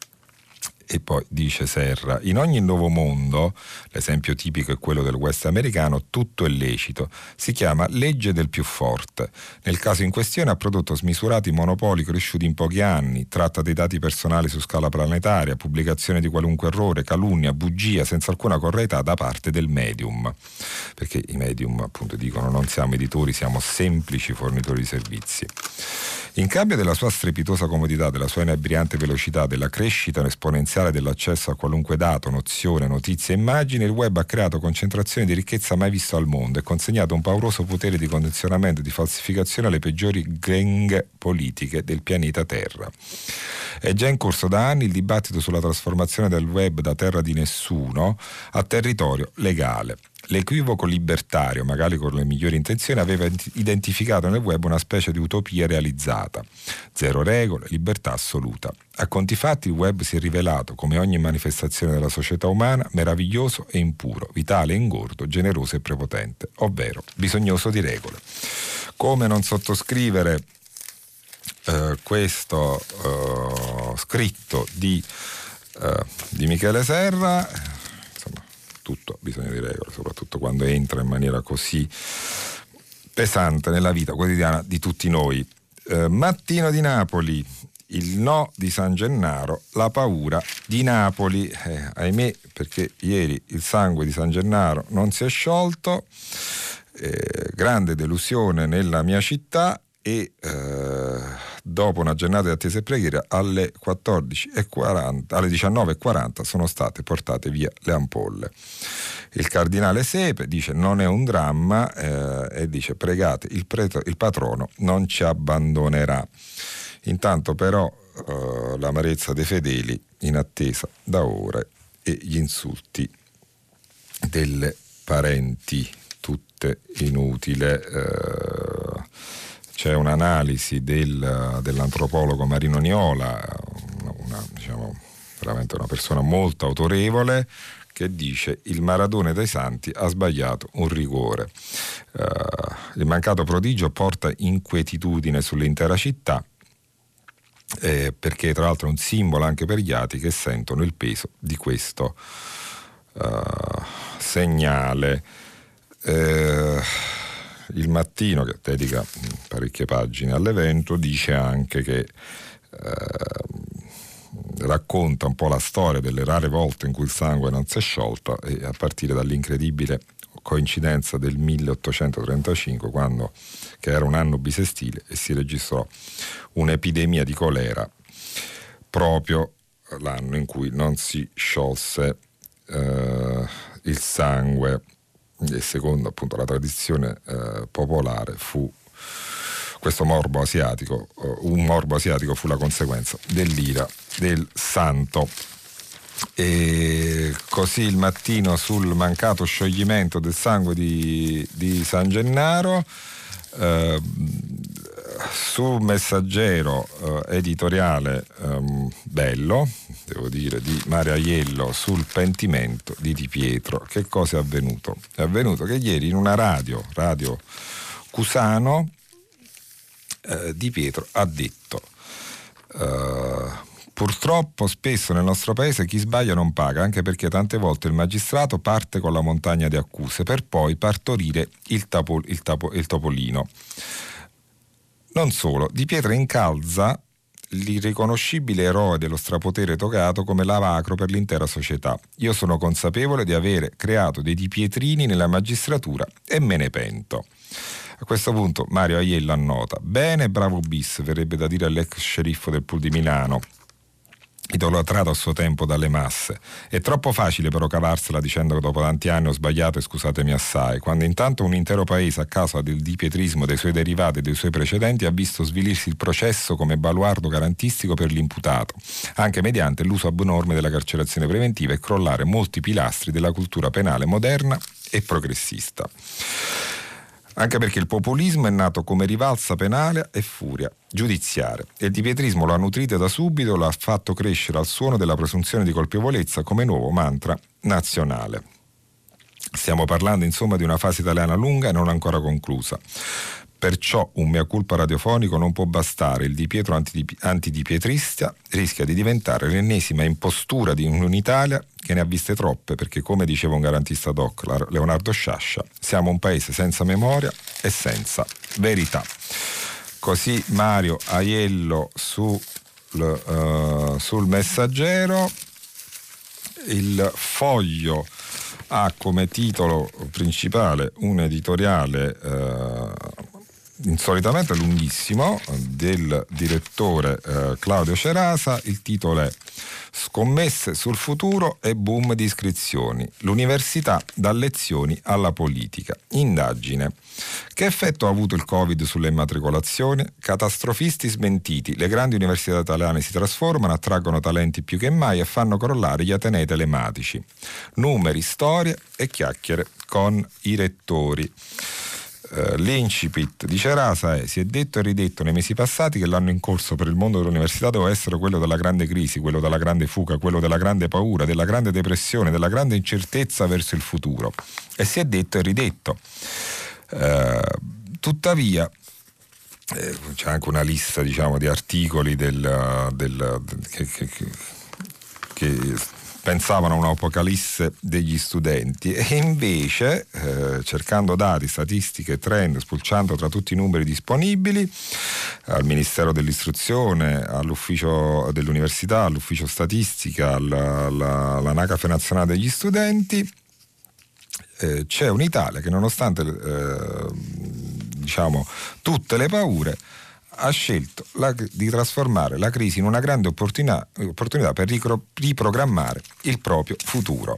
E poi dice Serra: in ogni nuovo mondo, l'esempio tipico è quello del West americano, tutto è lecito, si chiama legge del più forte. Nel caso in questione ha prodotto smisurati monopoli cresciuti in pochi anni, tratta dei dati personali su scala planetaria, pubblicazione di qualunque errore, calunnia, bugia, senza alcuna correità da parte del medium. Perché i medium appunto dicono: non siamo editori, siamo semplici fornitori di servizi. In cambio della sua strepitosa comodità, della sua inebriante velocità, della crescita esponenziale dell'accesso a qualunque dato, nozione, notizia e immagine, il web ha creato concentrazioni di ricchezza mai vista al mondo e consegnato un pauroso potere di condizionamento e di falsificazione alle peggiori gang politiche del pianeta Terra. È già in corso da anni il dibattito sulla trasformazione del web da terra di nessuno a territorio legale. L'equivoco libertario, magari con le migliori intenzioni, aveva identificato nel web una specie di utopia realizzata. Zero regole, libertà assoluta. A conti fatti il web si è rivelato, come ogni manifestazione della società umana, meraviglioso e impuro, vitale e ingordo, generoso e prepotente, ovvero bisognoso di regole. Come non sottoscrivere eh, questo eh, scritto di, eh, di Michele Serra? Tutto ha bisogno di regole, soprattutto quando entra in maniera così pesante nella vita quotidiana di tutti noi. Eh, Mattino di Napoli: il no di San Gennaro, la paura di Napoli. Eh, ahimè, perché ieri il sangue di San Gennaro non si è sciolto, eh, grande delusione nella mia città e eh, dopo una giornata di attesa e preghiera alle quattordici e quaranta, alle diciannove e quaranta sono state portate via le ampolle. Il cardinale Sepe dice: non è un dramma, eh, e dice: pregate, il, preto, il patrono non ci abbandonerà. Intanto però eh, l'amarezza dei fedeli in attesa da ore e gli insulti delle parenti, tutte inutile. Eh, C'è un'analisi del, dell'antropologo Marino Niola, una, diciamo, veramente una persona molto autorevole, che dice: il Maradona dei Santi ha sbagliato un rigore. Uh, il mancato prodigio porta inquietudine sull'intera città, eh, perché tra l'altro è un simbolo anche per gli atei che sentono il peso di questo uh, segnale. Uh, Il Mattino, che dedica parecchie pagine all'evento, dice anche che eh, racconta un po' la storia delle rare volte in cui il sangue non si è sciolto, e a partire dall'incredibile coincidenza del milleottocentotrentacinque, quando, che era un anno bisestile, e si registrò un'epidemia di colera proprio l'anno in cui non si sciolse eh, il sangue. E secondo appunto la tradizione eh, popolare fu questo morbo asiatico, un morbo asiatico fu la conseguenza dell'ira del santo. E così il mattino sul mancato scioglimento del sangue di, di San Gennaro, eh, su Messaggero eh, editoriale ehm, bello, devo dire, di Mario Aiello sul pentimento di Di Pietro. Che cosa è avvenuto? È avvenuto che ieri in una radio, radio Cusano, eh, Di Pietro ha detto eh, purtroppo spesso nel nostro paese chi sbaglia non paga, anche perché tante volte il magistrato parte con la montagna di accuse per poi partorire il, tapo, il, tapo, il topolino. Non solo, Di Pietro incalza l'irriconoscibile eroe dello strapotere togato come lavacro per l'intera società. Io sono consapevole di avere creato dei Di Pietrini nella magistratura e me ne pento. A questo punto Mario Aiello annota: bene, bravo bis, verrebbe da dire all'ex sceriffo del Pool di Milano, idolatrato a suo tempo dalle masse. È troppo facile però cavarsela dicendo che dopo tanti anni ho sbagliato e scusatemi assai, quando intanto un intero paese a causa del dipietrismo dei suoi derivati e dei suoi precedenti ha visto svilirsi il processo come baluardo garantistico per l'imputato, anche mediante l'uso abnorme della carcerazione preventiva, e crollare molti pilastri della cultura penale moderna e progressista. Anche perché il populismo è nato come rivalsa penale e furia giudiziaria, e il dipietrismo lo ha nutrito da subito, lo ha fatto crescere al suono della presunzione di colpevolezza come nuovo mantra nazionale. Stiamo parlando insomma di una fase italiana lunga e non ancora conclusa. Perciò un mea culpa radiofonico non può bastare. Il Di Pietro antidipietrista rischia di diventare l'ennesima impostura di un'Italia che ne ha viste troppe, perché come diceva un garantista doc, Leonardo Sciascia, siamo un paese senza memoria e senza verità. Così Mario Aiello su, uh, sul Messaggero. Il Foglio ha come titolo principale un editoriale uh, insolitamente lunghissimo del direttore eh, Claudio Cerasa. Il titolo è Scommesse sul futuro e boom di iscrizioni. L'università dà lezioni alla politica. Indagine. Che effetto ha avuto il Covid sulle immatricolazioni? Catastrofisti smentiti. Le grandi università italiane si trasformano, attraggono talenti più che mai e fanno crollare gli atenei telematici. Numeri, storie e chiacchiere con i rettori. Uh, l'incipit di Cerasa è: si è detto e ridetto nei mesi passati che l'anno in corso per il mondo dell'università doveva essere quello della grande crisi, quello della grande fuga, quello della grande paura, della grande depressione, della grande incertezza verso il futuro. E si è detto e ridetto. Uh, tuttavia eh, c'è anche una lista, diciamo, di articoli del, del, del, che, che, che pensavano a un'apocalisse degli studenti, e invece eh, cercando dati, statistiche, trend, spulciando tra tutti i numeri disponibili al Ministero dell'Istruzione, all'Ufficio dell'Università, all'Ufficio Statistica, alla, alla, all'Anagrafe Nazionale degli Studenti, eh, c'è un'Italia che nonostante eh, diciamo tutte le paure ha scelto la, di trasformare la crisi in una grande opportunità, opportunità per ricro, riprogrammare il proprio futuro.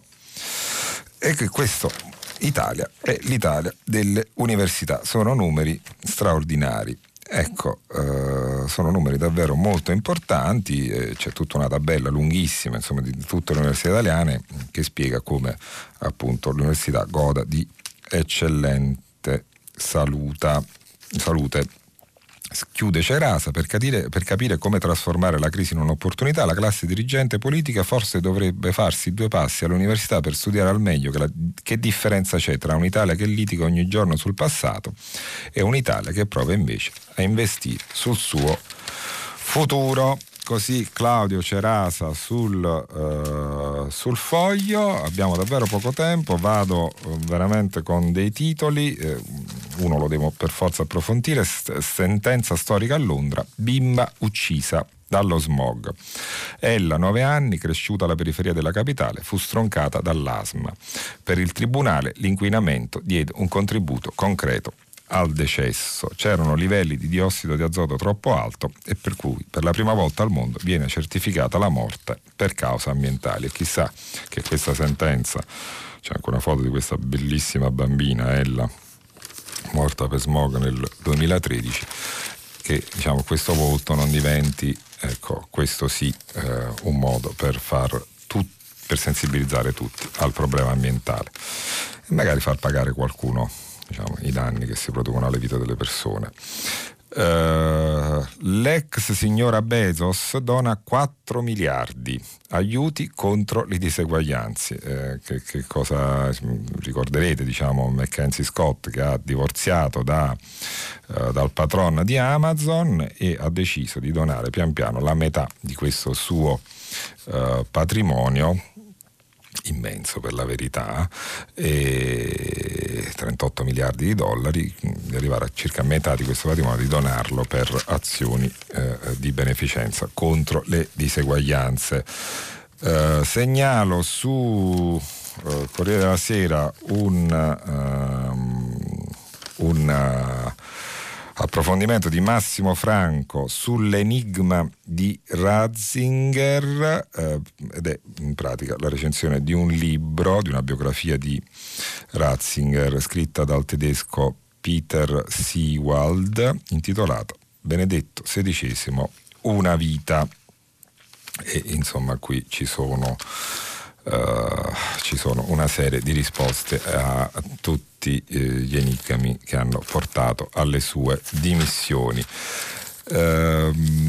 E che questa Italia è l'Italia delle università. Sono numeri straordinari. Ecco, eh, sono numeri davvero molto importanti. Eh, c'è tutta una tabella lunghissima, insomma, di tutte le università italiane che spiega come appunto l'università goda di eccellente saluta, salute. Chiude Cerasa: per capire, per capire come trasformare la crisi in un'opportunità, la classe dirigente politica forse dovrebbe farsi due passi all'università per studiare al meglio che, la, che differenza c'è tra un'Italia che litiga ogni giorno sul passato e un'Italia che prova invece a investire sul suo futuro. Così Claudio Cerasa sul, uh, sul Foglio. Abbiamo davvero poco tempo, vado uh, veramente con dei titoli, eh, uno lo devo per forza approfondire. S- sentenza storica a Londra: bimba uccisa dallo smog. Ella, nove anni, cresciuta alla periferia della capitale, fu stroncata dall'asma. Per il tribunale l'inquinamento diede un contributo concreto al decesso. C'erano livelli di diossido di azoto troppo alto e per cui per la prima volta al mondo viene certificata la morte per cause ambientali. E chissà che questa sentenza, c'è anche una foto di questa bellissima bambina, Ella, morta per smog nel duemilatredici, che diciamo, questo volto non diventi, ecco, questo sì, eh, un modo per far tut, per sensibilizzare tutti al problema ambientale e magari far pagare qualcuno, diciamo, i danni che si producono alle vite delle persone. Uh, l'ex signora Bezos dona quattro miliardi aiuti contro le diseguaglianze. Eh, che, che cosa ricorderete, diciamo, Mackenzie Scott, che ha divorziato da, uh, dal patron di Amazon e ha deciso di donare pian piano la metà di questo suo uh, patrimonio immenso, per la verità, e trentotto miliardi di dollari, di arrivare a circa metà di questo patrimonio, di donarlo per azioni eh, di beneficenza contro le diseguaglianze. Eh, segnalo su eh, Corriere della Sera un, um, un uh, approfondimento di Massimo Franco sull'enigma di Ratzinger, eh, ed è in pratica la recensione di un libro, di una biografia di Ratzinger scritta dal tedesco Peter Seewald, intitolato Benedetto sedicesimo, una vita. E insomma qui ci sono Uh, ci sono una serie di risposte a tutti eh, gli enigmi che hanno portato alle sue dimissioni. Uh,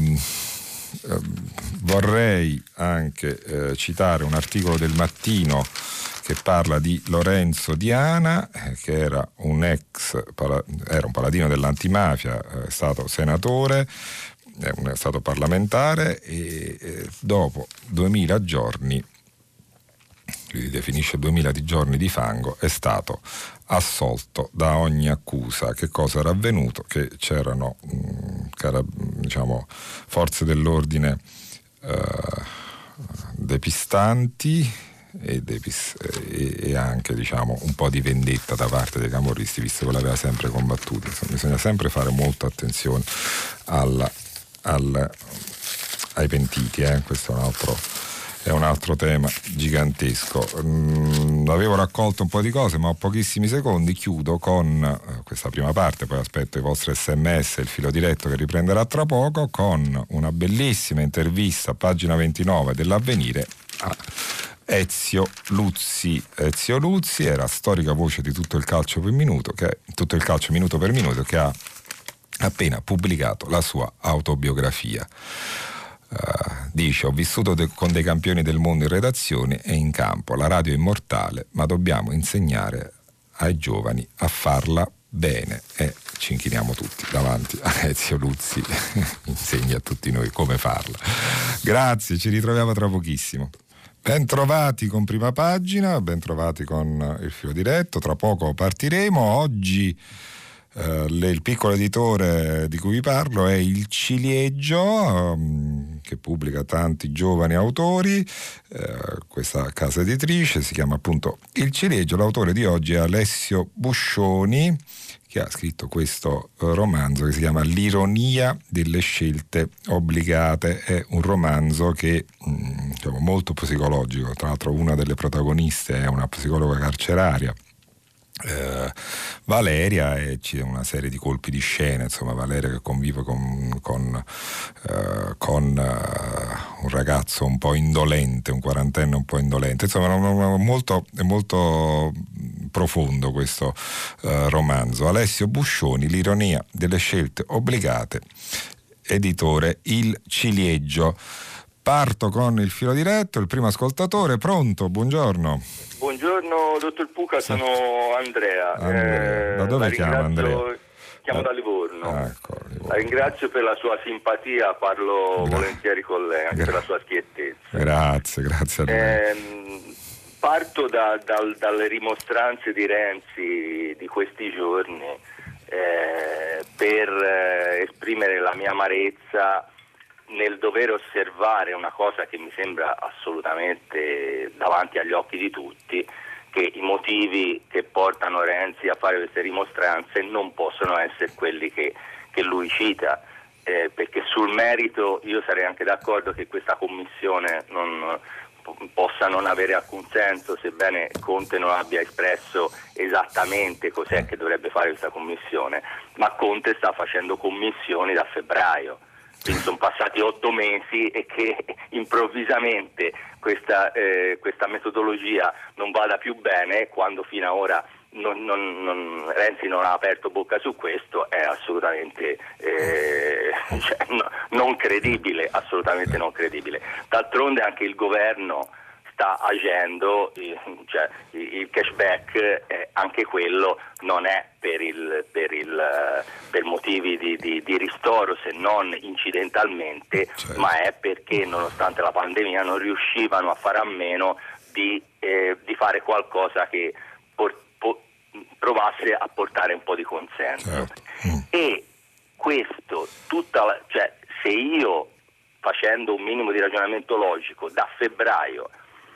uh, vorrei anche uh, citare un articolo del Mattino che parla di Lorenzo Diana, eh, che era un ex era un paladino dell'antimafia, è stato senatore, è, un, è stato parlamentare e eh, dopo duemila giorni, lui definisce duemila di giorni di fango, è stato assolto da ogni accusa. Che cosa era avvenuto? Che c'erano mh, cara, diciamo, forze dell'ordine eh, depistanti e, depis- e, e anche, diciamo, un po' di vendetta da parte dei camorristi, visto che l'aveva sempre combattuto. Insomma, bisogna sempre fare molta attenzione alla, al, ai pentiti, eh? Questo è un altro È un altro tema gigantesco. Mm, avevo raccolto un po' di cose, ma ho pochissimi secondi. Chiudo con eh, questa prima parte, poi aspetto i vostri sms e il filo diretto che riprenderà tra poco, con una bellissima intervista a pagina ventinove dell'Avvenire a Ezio Luzzi. Ezio Luzzi era storica voce di Tutto il calcio per minuto, che tutto il calcio minuto per minuto, che ha appena pubblicato la sua autobiografia. Uh, dice: ho vissuto de- con dei campioni del mondo in redazione e in campo, la radio è immortale, ma dobbiamo insegnare ai giovani a farla bene, e ci inchiniamo tutti davanti a Ezio Luzzi insegni a tutti noi come farla. Grazie, ci ritroviamo tra pochissimo. Ben trovati con Prima Pagina, ben trovati con il filo diretto, tra poco partiremo. Oggi Uh, le, il piccolo editore di cui vi parlo è Il Ciliegio, um, che pubblica tanti giovani autori. Uh, questa casa editrice si chiama appunto Il Ciliegio. L'autore di oggi è Alessio Buscioni, che ha scritto questo uh, romanzo che si chiama L'ironia delle scelte obbligate. È un romanzo che mh, diciamo, molto psicologico. Tra l'altro una delle protagoniste è una psicologa carceraria, Uh, Valeria, e c'è una serie di colpi di scena, insomma Valeria che convive con, con, uh, con uh, un ragazzo un po' indolente, un quarantenne un po' indolente, insomma è molto, è molto profondo questo uh, romanzo. Alessio Buscioni, L'ironia delle scelte obbligate, editore Il Ciliegio. Parto con il filo diretto, il primo ascoltatore, pronto, buongiorno. Buongiorno dottor Puca, sono Andrea. Andrea. Eh, da dove chiama Andrea? Chiamo eh. da Livorno. Ah, ecco, Livorno. La ringrazio per la sua simpatia, parlo Gra- volentieri con lei, anche Gra- per la sua schiettezza. Grazie, grazie a lei. Eh, parto da, dal, dalle rimostranze di Renzi di questi giorni eh, per eh, esprimere la mia amarezza nel dover osservare una cosa che mi sembra assolutamente davanti agli occhi di tutti, che i motivi che portano Renzi a fare queste rimostranze non possono essere quelli che, che lui cita, eh, perché sul merito io sarei anche d'accordo che questa commissione non possa non avere alcun senso, sebbene Conte non abbia espresso esattamente cos'è che dovrebbe fare questa commissione, ma Conte sta facendo commissioni da febbraio, quindi sono passati otto mesi e che improvvisamente questa, eh, questa metodologia non vada più bene, quando fino ad ora Non, non, non, Renzi non ha aperto bocca su questo, è assolutamente eh, cioè, no, non credibile, assolutamente non credibile. D'altronde anche il governo sta agendo, eh, cioè, il cashback, eh, anche quello non è per, il, per, il, per motivi di, di, di ristoro, se non incidentalmente, certo. Ma è perché nonostante la pandemia non riuscivano a fare a meno di, eh, di fare qualcosa che portava provasse a portare un po' di consenso, certo. mm. E questo tutta la, cioè se io, facendo un minimo di ragionamento logico, da febbraio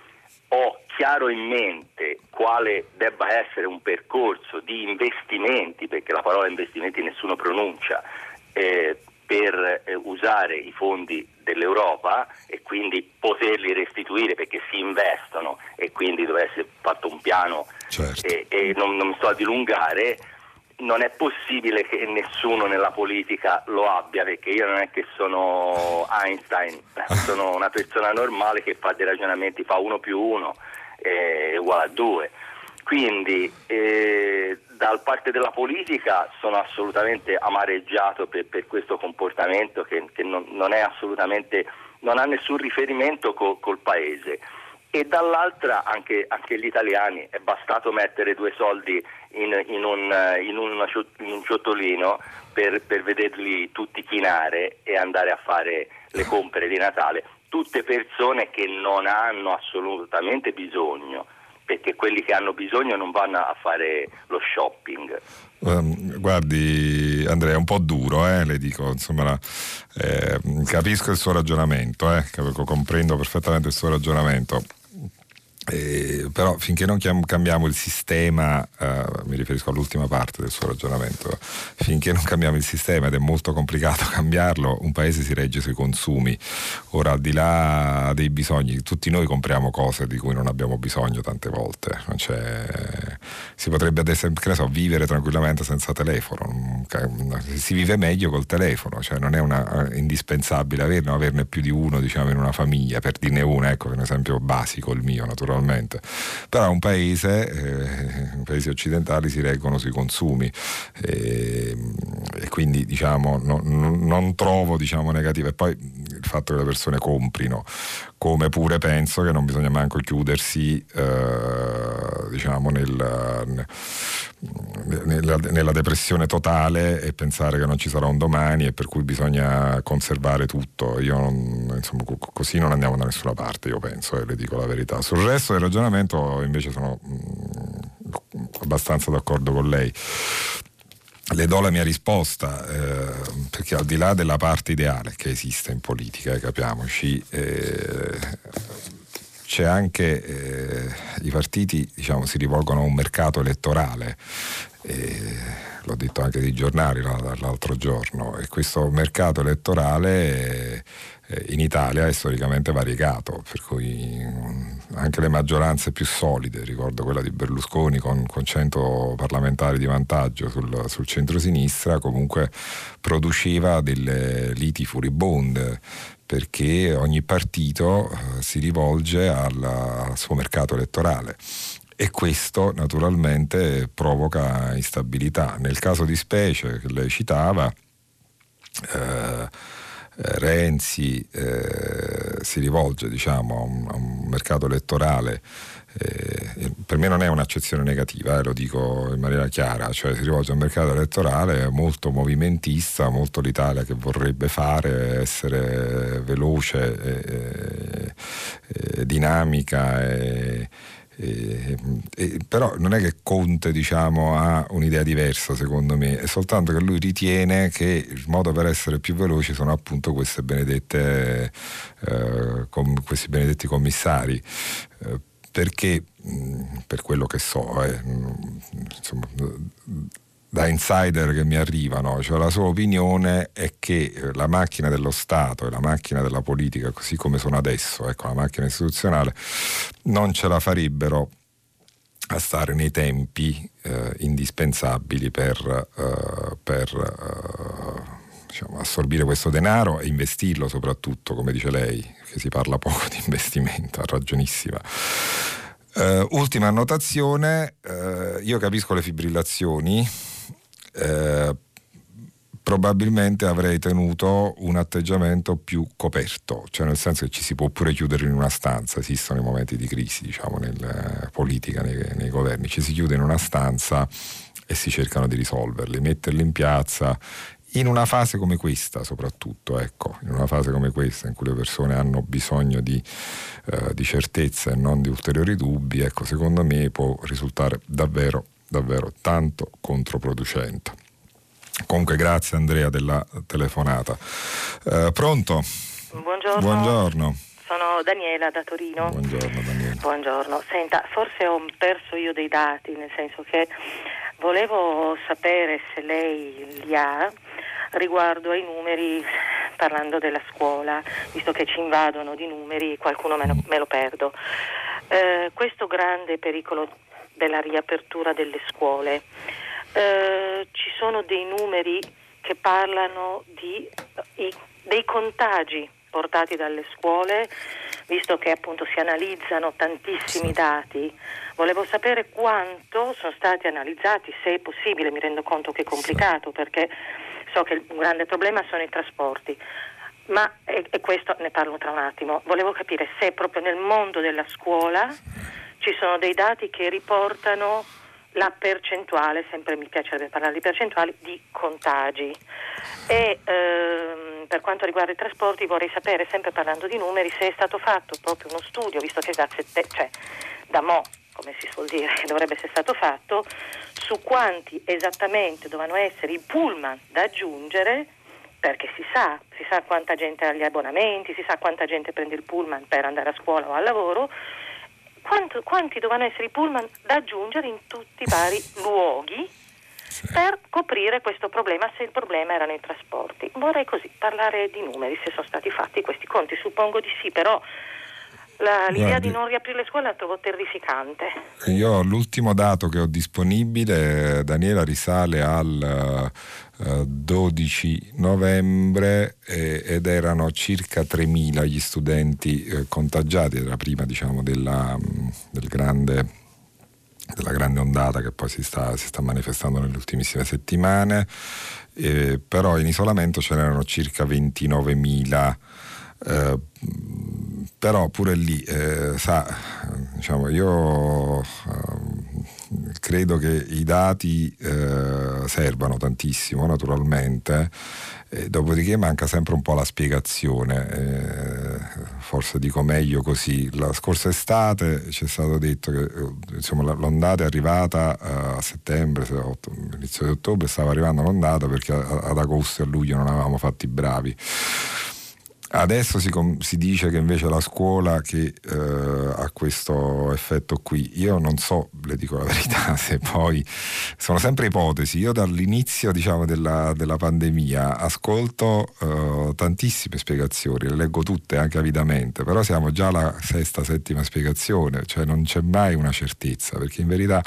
ho chiaro in mente quale debba essere un percorso di investimenti, perché la parola investimenti nessuno pronuncia, eh, per eh, usare i fondi dell'Europa e quindi poterli restituire, perché si investono e quindi deve essere fatto un piano, certo. e, e non, non mi sto a dilungare. Non è possibile che nessuno nella politica lo abbia, perché io non è che sono Einstein, sono una persona normale che fa dei ragionamenti, fa uno più uno è uguale a due. Quindi eh, dal parte della politica sono assolutamente amareggiato per, per questo comportamento che, che non, non è assolutamente, non ha nessun riferimento col, col paese, e dall'altra anche, anche gli italiani è bastato mettere due soldi in, in, un, in, una, in un ciottolino per, per vederli tutti chinare e andare a fare le compere di Natale, tutte persone che non hanno assolutamente bisogno, perché quelli che hanno bisogno non vanno a fare lo shopping. Um, guardi Andrea, è un po' duro, eh, le dico, insomma, eh, capisco il suo ragionamento, eh, comprendo perfettamente il suo ragionamento. Eh, però finché non cambiamo il sistema, eh, mi riferisco all'ultima parte del suo ragionamento, finché non cambiamo il sistema, ed è molto complicato cambiarlo, un paese si regge sui consumi. Ora, al di là dei bisogni, tutti noi compriamo cose di cui non abbiamo bisogno tante volte, non c'è, si potrebbe ad esempio, che ne so, vivere tranquillamente senza telefono, si vive meglio col telefono, cioè non è una, indispensabile averne, averne più di uno, diciamo, in una famiglia, per dirne una, ecco, un esempio basico il mio, naturalmente. Però un paese, eh, paesi occidentali si reggono sui consumi, e, e quindi diciamo no, no, non trovo, diciamo, negative. E poi il fatto che le persone comprino, come pure penso che non bisogna manco chiudersi eh, diciamo nel, nella, nella depressione totale e pensare che non ci sarà un domani e per cui bisogna conservare tutto. Io non, insomma, così non andiamo da nessuna parte, io penso, e eh, le dico la verità. Sul resto del ragionamento invece sono mh, abbastanza d'accordo con lei. Le do la mia risposta, eh, perché al di là della parte ideale che esiste in politica, eh, capiamoci, eh, c'è anche eh, i partiti, diciamo, si rivolgono a un mercato elettorale, eh, l'ho detto anche dei giornali l'altro giorno, e questo mercato elettorale eh, in Italia è storicamente variegato, per cui anche le maggioranze più solide, ricordo quella di Berlusconi con, con cento parlamentari di vantaggio sul, sul centro-sinistra, comunque produceva delle liti furibonde, perché ogni partito eh, si rivolge al, al suo mercato elettorale. E questo naturalmente provoca instabilità. Nel caso di specie che lei citava, eh, Renzi eh, si rivolge, diciamo, a un, a un mercato elettorale, eh, per me non è un'accezione negativa, eh, lo dico in maniera chiara, cioè si rivolge a un mercato elettorale molto movimentista, molto l'Italia che vorrebbe fare, essere veloce, eh, eh, dinamica, e E, e, però non è che Conte, diciamo, ha un'idea diversa, secondo me, è soltanto che lui ritiene che il modo per essere più veloci sono appunto queste benedette eh, com, questi benedetti commissari, eh, perché mh, per quello che so eh, insomma, da insider che mi arrivano, cioè la sua opinione è che la macchina dello Stato e la macchina della politica, così come sono adesso, ecco, la macchina istituzionale, non ce la farebbero a stare nei tempi eh, indispensabili per, eh, per eh, diciamo, assorbire questo denaro e investirlo, soprattutto, come dice lei, che si parla poco di investimento, ha ragionissima. Uh, ultima annotazione, uh, io capisco le fibrillazioni, uh, probabilmente avrei tenuto un atteggiamento più coperto, cioè nel senso che ci si può pure chiudere in una stanza, esistono i momenti di crisi, diciamo, nella politica, nei, nei governi, ci si chiude in una stanza e si cercano di risolverli, metterli in piazza. In una fase come questa, soprattutto, ecco, in una fase come questa in cui le persone hanno bisogno di, eh, di certezza e non di ulteriori dubbi, ecco, secondo me può risultare davvero, davvero tanto controproducente. Comunque grazie Andrea della telefonata. Eh, pronto? Buongiorno. Buongiorno. Sono Daniela da Torino. Buongiorno Daniela. Buongiorno. Senta, forse ho perso io dei dati, nel senso che volevo sapere se lei li ha riguardo ai numeri, parlando della scuola, visto che ci invadono di numeri, qualcuno me lo, me lo perdo. Eh, questo grande pericolo della riapertura delle scuole, eh, ci sono dei numeri che parlano di, i, dei contagi portati dalle scuole, visto che appunto si analizzano tantissimi dati. Volevo sapere quanto sono stati analizzati, se è possibile. Mi rendo conto che è complicato, perché so che un grande problema sono i trasporti, ma e, e questo ne parlo tra un attimo. Volevo capire se proprio nel mondo della scuola ci sono dei dati che riportano la percentuale, sempre mi piacerebbe parlare di percentuali, di contagi. E ehm, per quanto riguarda i trasporti vorrei sapere, sempre parlando di numeri, se è stato fatto proprio uno studio, visto che da, sette, cioè, da mo', come si suol dire, che dovrebbe essere stato fatto, su quanti esattamente dovevano essere i pullman da aggiungere, perché si sa, si sa quanta gente ha gli abbonamenti, si sa quanta gente prende il pullman per andare a scuola o al lavoro, quanto, quanti dovevano essere i pullman da aggiungere in tutti i vari luoghi per coprire questo problema, se il problema erano i trasporti. Vorrei così parlare di numeri, se sono stati fatti questi conti, suppongo di sì, però La, l'idea Guardi, di non riaprire le scuole la trovo terrificante. Io l'ultimo dato che ho disponibile, Daniela, risale al uh, dodici novembre eh, ed erano circa tremila gli studenti eh, contagiati, era prima, diciamo, della, del grande, della grande ondata che poi si sta, si sta manifestando nelle ultimissime settimane, eh, però in isolamento ce n'erano circa ventinovemila. Eh, però pure lì eh, sa, diciamo, io eh, credo che i dati eh, servano tantissimo, naturalmente, e dopodiché manca sempre un po' la spiegazione, eh, forse dico meglio così. La scorsa estate ci è stato detto che insomma, l'ondata è arrivata uh, a settembre, inizio di ottobre stava arrivando l'ondata perché ad agosto e a luglio non avevamo fatti bravi. Adesso si, com- si dice che invece la scuola che eh, ha questo effetto qui, io non so, le dico la verità, se poi sono sempre ipotesi. Io dall'inizio, diciamo, della, della pandemia ascolto eh, tantissime spiegazioni, le leggo tutte anche avidamente, però siamo già alla sesta, settima spiegazione, cioè non c'è mai una certezza, perché in verità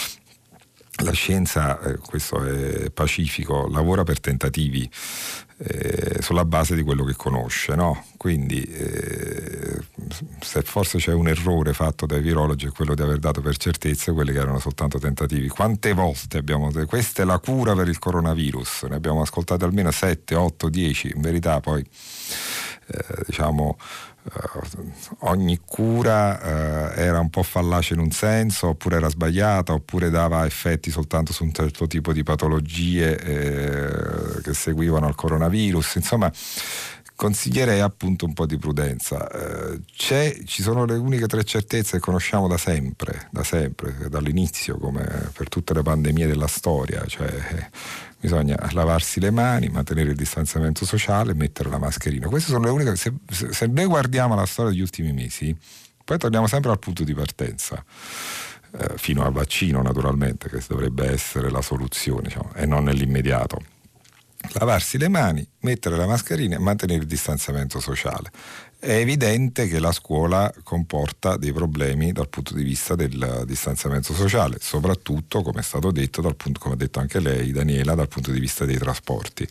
la scienza, eh, questo è pacifico, lavora per tentativi, eh, sulla base di quello che conosce, no? Quindi eh, se forse c'è un errore fatto dai virologi è quello di aver dato per certezza quelli che erano soltanto tentativi. Quante volte abbiamo detto questa è la cura per il coronavirus? Ne abbiamo ascoltate almeno sette, otto, dieci, in verità poi eh, diciamo Uh, ogni cura uh, era un po' fallace in un senso, oppure era sbagliata, oppure dava effetti soltanto su un certo tipo di patologie eh, che seguivano il coronavirus. Insomma, consiglierei appunto un po' di prudenza. Uh, c'è, ci sono le uniche tre certezze che conosciamo da sempre, da sempre, dall'inizio, come per tutte le pandemie della storia, cioè eh, bisogna lavarsi le mani, mantenere il distanziamento sociale, mettere la mascherina. Queste sono le uniche. Se, se, se noi guardiamo la storia degli ultimi mesi, poi torniamo sempre al punto di partenza. Eh, fino al vaccino naturalmente, che dovrebbe essere la soluzione, diciamo, e non nell'immediato. Lavarsi le mani, mettere la mascherina e mantenere il distanziamento sociale. È evidente che la scuola comporta dei problemi dal punto di vista del distanziamento sociale, soprattutto, come è stato detto, dal punto, come ha detto anche lei, Daniela, dal punto di vista dei trasporti.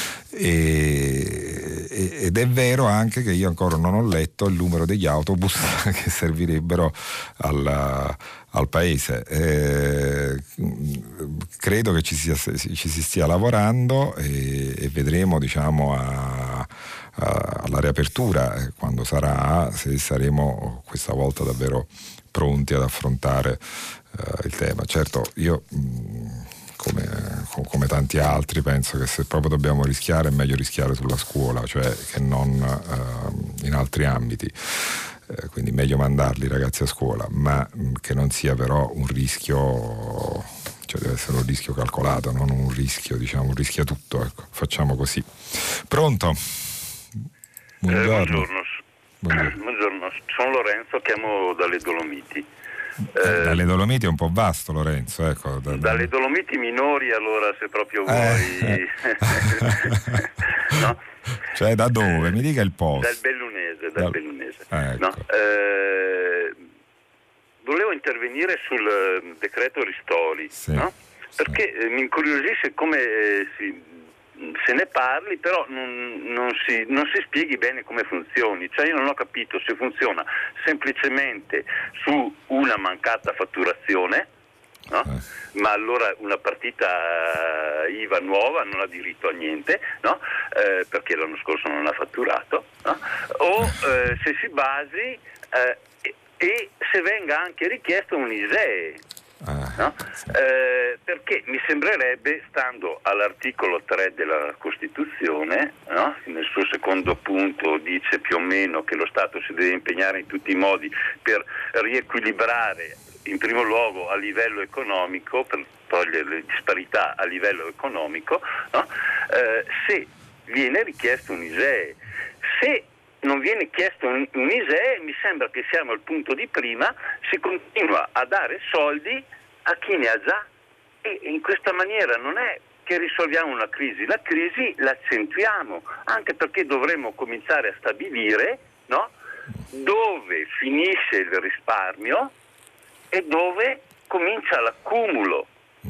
E, ed è vero anche che io ancora non ho letto il numero degli autobus che servirebbero al, al paese. Eh, credo che ci, sia, ci si stia lavorando e, e vedremo, diciamo, a, a, alla riapertura, eh, quando sarà, se saremo questa volta davvero pronti ad affrontare eh, il tema. Certo, io mh, Come, come tanti altri penso che se proprio dobbiamo rischiare è meglio rischiare sulla scuola, cioè che non eh, in altri ambiti, eh, quindi meglio mandarli i ragazzi a scuola, ma mh, che non sia però un rischio, cioè deve essere un rischio calcolato, non un rischio, diciamo, un rischio tutto, ecco, facciamo così. Pronto? Buongiorno. Eh, buongiorno. Buongiorno. Buongiorno, sono Lorenzo, chiamo dalle Dolomiti. Eh, dalle Dolomiti è un po' vasto, Lorenzo, ecco. Da, dalle Dolomiti minori, allora, se proprio vuoi. Eh. No? Cioè da dove? Mi dica il posto. Dal Bellunese, dal dal... Bellunese. Ah, ecco. No? Eh, volevo intervenire sul decreto Ristori, sì, no? Perché sì. mi incuriosisce come eh, si se ne parli, però non, non, si, non si spieghi bene come funzioni. Cioè io non ho capito se funziona semplicemente su una mancata fatturazione, no? Eh. Ma allora una partita I V A nuova non ha diritto a niente, no? Eh, perché l'anno scorso non ha fatturato, no? O eh, se si basi eh, e, e se venga anche richiesto un I S E E. Ah, no? sì. eh, perché mi sembrerebbe, stando all'articolo tre della Costituzione, no? Nel suo secondo punto dice più o meno che lo Stato si deve impegnare in tutti i modi per riequilibrare, in primo luogo a livello economico, per togliere le disparità a livello economico, no? eh, se viene richiesto un I S E E. Se non viene chiesto un, un I S E E, mi sembra che siamo al punto di prima, si continua a dare soldi a chi ne ha già, e in questa maniera non è che risolviamo una crisi, la crisi l'accentuiamo, anche perché dovremmo cominciare a stabilire, no? Dove finisce il risparmio e dove comincia l'accumulo.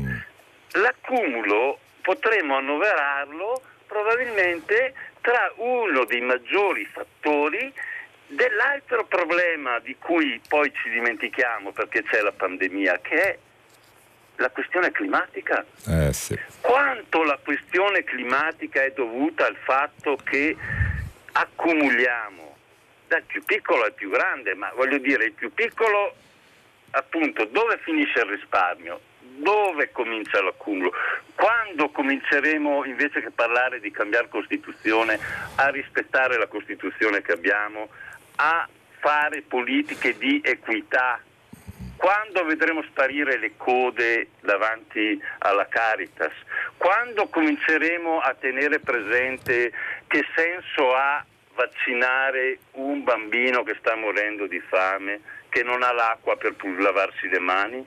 L'accumulo potremmo annoverarlo probabilmente tra uno dei maggiori fattori dell'altro problema di cui poi ci dimentichiamo perché c'è la pandemia, che è la questione climatica. Eh, sì. Quanto la questione climatica è dovuta al fatto che accumuliamo dal più piccolo al più grande, ma voglio dire, il più piccolo, appunto, dove finisce il risparmio? Dove comincia l'accumulo? Quando cominceremo, invece che parlare di cambiare Costituzione, a rispettare la Costituzione che abbiamo, a fare politiche di equità? Quando vedremo sparire le code davanti alla Caritas? Quando cominceremo a tenere presente che senso ha vaccinare un bambino che sta morendo di fame, che non ha l'acqua per lavarsi le mani?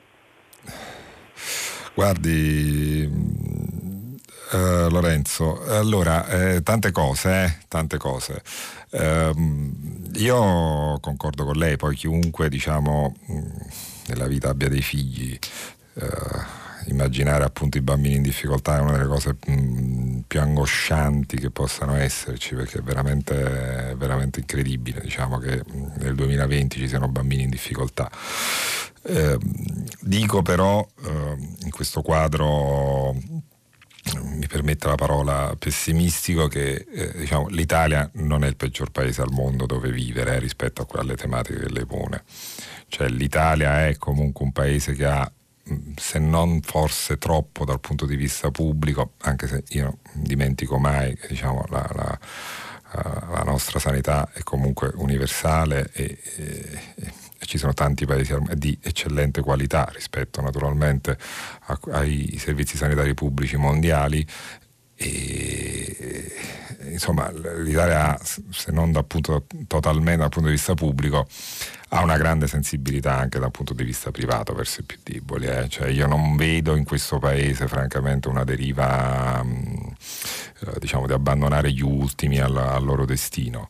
Guardi, uh, Lorenzo, allora, eh, tante cose, eh, tante cose. Uh, io concordo con lei, poi chiunque, diciamo, nella vita abbia dei figli, uh, immaginare appunto i bambini in difficoltà è una delle cose mh, più angoscianti che possano esserci, perché è veramente, è veramente incredibile, diciamo, che nel duemilaventi ci siano bambini in difficoltà. Eh, dico però eh, in questo quadro, mi permette la parola, pessimistico, che eh, diciamo, l'Italia non è il peggior paese al mondo dove vivere eh, rispetto a quelle tematiche che lei pone. Cioè l'Italia è comunque un paese che ha, se non forse troppo dal punto di vista pubblico, anche se io non dimentico mai che, diciamo, la, la, la nostra sanità è comunque universale e, e, e ci sono tanti paesi di eccellente qualità rispetto naturalmente a, ai servizi sanitari pubblici mondiali, e insomma l'Italia, se non dal punto totalmente dal punto di vista pubblico, ha una grande sensibilità anche dal punto di vista privato verso i più deboli, eh? Cioè io non vedo in questo paese francamente una deriva mh, eh, diciamo di abbandonare gli ultimi al, al loro destino.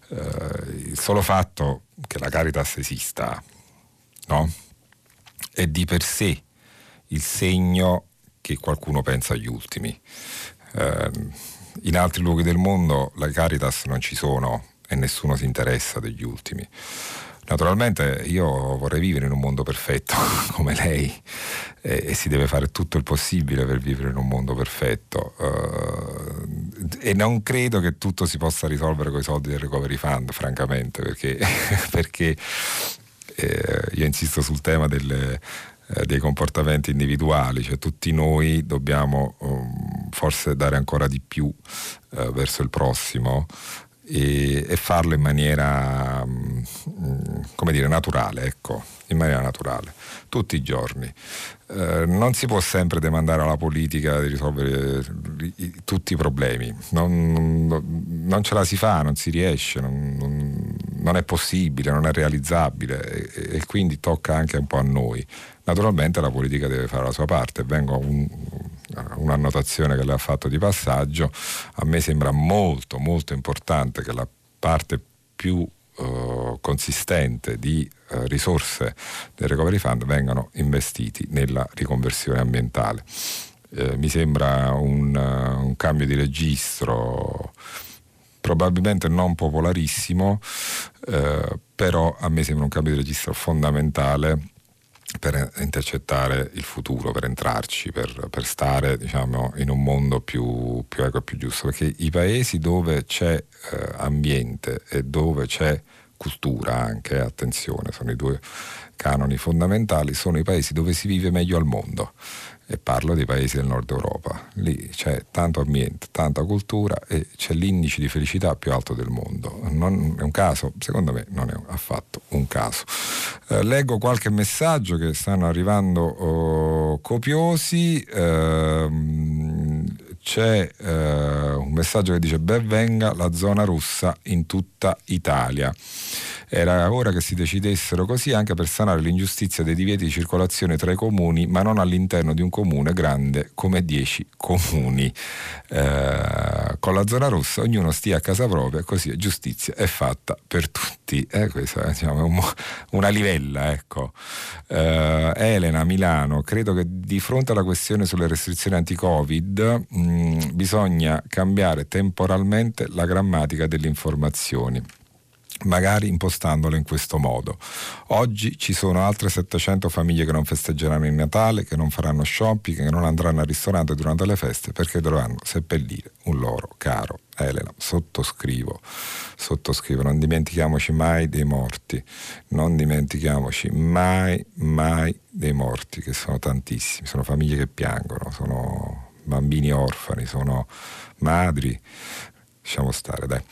Eh, il solo fatto che la Caritas esista, no? È di per sé il segno che qualcuno pensa agli ultimi. Eh, in altri luoghi del mondo la Caritas non ci sono e nessuno si interessa degli ultimi. Naturalmente io vorrei vivere in un mondo perfetto come lei e, e si deve fare tutto il possibile per vivere in un mondo perfetto, uh, e non credo che tutto si possa risolvere con i soldi del Recovery Fund, francamente, perché, perché eh, io insisto sul tema delle, eh, dei comportamenti individuali, cioè tutti noi dobbiamo um, forse dare ancora di più uh, verso il prossimo, E, e farlo in maniera mh, come dire naturale, ecco, in maniera naturale, tutti i giorni. Eh, non si può sempre demandare alla politica di risolvere i, tutti i problemi, non, non ce la si fa, non si riesce, non, non, non è possibile, non è realizzabile, e, e quindi tocca anche un po' a noi. Naturalmente la politica deve fare la sua parte. Vengo un, un'annotazione che lei ha fatto di passaggio: a me sembra molto molto importante che la parte più uh, consistente di uh, risorse del Recovery Fund vengano investiti nella riconversione ambientale. Eh, mi sembra un, uh, un cambio di registro probabilmente non popolarissimo, eh, però a me sembra un cambio di registro fondamentale per intercettare il futuro, per entrarci, per, per stare, diciamo, in un mondo più, più equo e più giusto, perché i paesi dove c'è eh, ambiente e dove c'è cultura anche, attenzione, sono i due canoni fondamentali, sono i paesi dove si vive meglio al mondo, e parlo dei paesi del nord Europa. Lì c'è tanto ambiente, tanta cultura e c'è l'indice di felicità più alto del mondo. Non è un caso? Secondo me non è affatto un caso. Eh, leggo qualche messaggio che stanno arrivando oh, copiosi. Eh, c'è eh, un messaggio che dice: ben venga la zona rossa in tutta Italia. Era ora che si decidessero così, anche per sanare l'ingiustizia dei divieti di circolazione tra i comuni, ma non all'interno di un comune grande come dieci comuni. Eh, con la zona rossa ognuno stia a casa propria, così giustizia è fatta per tutti. Eh, questa diciamo, è un, una livella, ecco. Eh, Elena, Milano: credo che di fronte alla questione sulle restrizioni anti-Covid mh, bisogna cambiare temporalmente la grammatica delle informazioni, magari impostandole in questo modo. Oggi ci sono altre settecento famiglie che non festeggeranno il Natale, che non faranno shopping, che non andranno al ristorante durante le feste perché dovranno seppellire un loro caro. Elena, sottoscrivo, sottoscrivo, non dimentichiamoci mai dei morti, non dimentichiamoci mai, mai dei morti, che sono tantissimi, sono famiglie che piangono, sono bambini orfani, sono madri. Lasciamo stare, dai.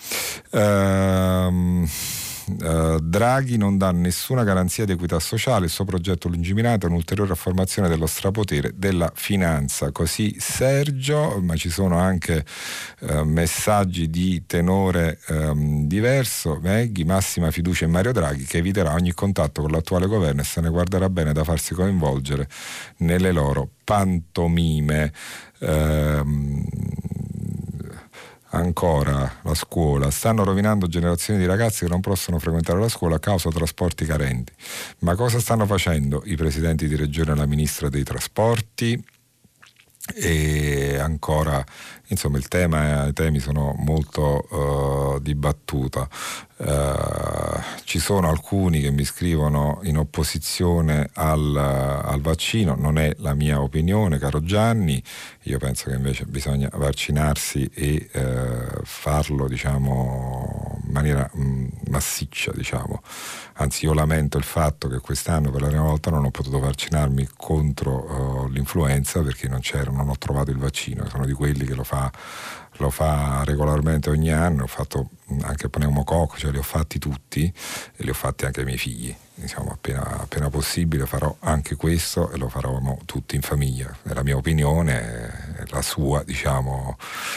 Ehm, eh, Draghi non dà nessuna garanzia di equità sociale, il suo progetto lungimirante è un'ulteriore affermazione dello strapotere della finanza. Così Sergio, ma ci sono anche eh, messaggi di tenore ehm, diverso. Meghi: massima fiducia in Mario Draghi, che eviterà ogni contatto con l'attuale governo e se ne guarderà bene da farsi coinvolgere nelle loro pantomime. Ehm, Ancora la scuola: stanno rovinando generazioni di ragazzi che non possono frequentare la scuola a causa di trasporti carenti. Ma cosa stanno facendo i presidenti di regione e la ministra dei trasporti? E ancora, insomma, il tema, i temi sono molto uh, dibattuti. Uh, ci sono alcuni che mi scrivono in opposizione al, al vaccino. Non è la mia opinione, caro Gianni. Io penso che invece bisogna vaccinarsi e uh, farlo, diciamo, in maniera mh, massiccia, diciamo. Anzi, io lamento il fatto che quest'anno per la prima volta non ho potuto vaccinarmi contro uh, l'influenza perché non c'era, non ho trovato il vaccino. Sono di quelli che lo fa lo fa regolarmente ogni anno. Ho fatto anche pneumococco, cioè li ho fatti tutti e li ho fatti anche ai miei figli. Diciamo, appena, appena possibile farò anche questo e lo faremo tutti in famiglia. È la mia opinione, la sua, diciamo,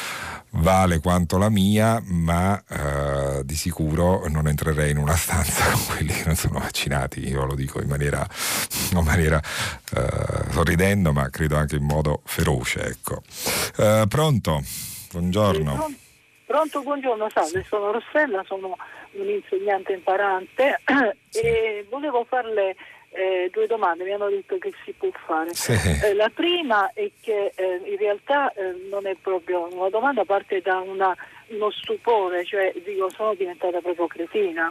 vale quanto la mia, ma uh, di sicuro non entrerei in una stanza con quelli che non sono vaccinati. Io lo dico in maniera, in maniera uh, sorridendo, ma credo anche in modo feroce, ecco. Uh, pronto? Buongiorno. Pronto, buongiorno, salve, sono Rossella, sono un'insegnante imparante e volevo farle eh, due domande, mi hanno detto che si può fare. Sì. Eh, la prima è che eh, in realtà eh, non è proprio una domanda, parte da una, uno stupore, cioè dico sono diventata proprio cretina.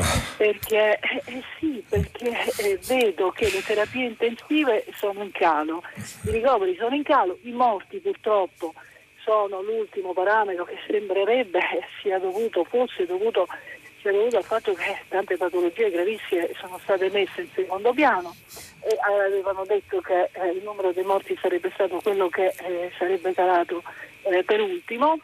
Perché eh, sì, perché eh, vedo che le terapie intensive sono in calo, i ricoveri sono in calo, i morti purtroppo sono l'ultimo parametro che sembrerebbe sia dovuto, fosse dovuto, sia dovuto al fatto che tante patologie gravissime sono state messe in secondo piano e avevano detto che eh, il numero dei morti sarebbe stato quello che eh, sarebbe calato eh, per ultimo.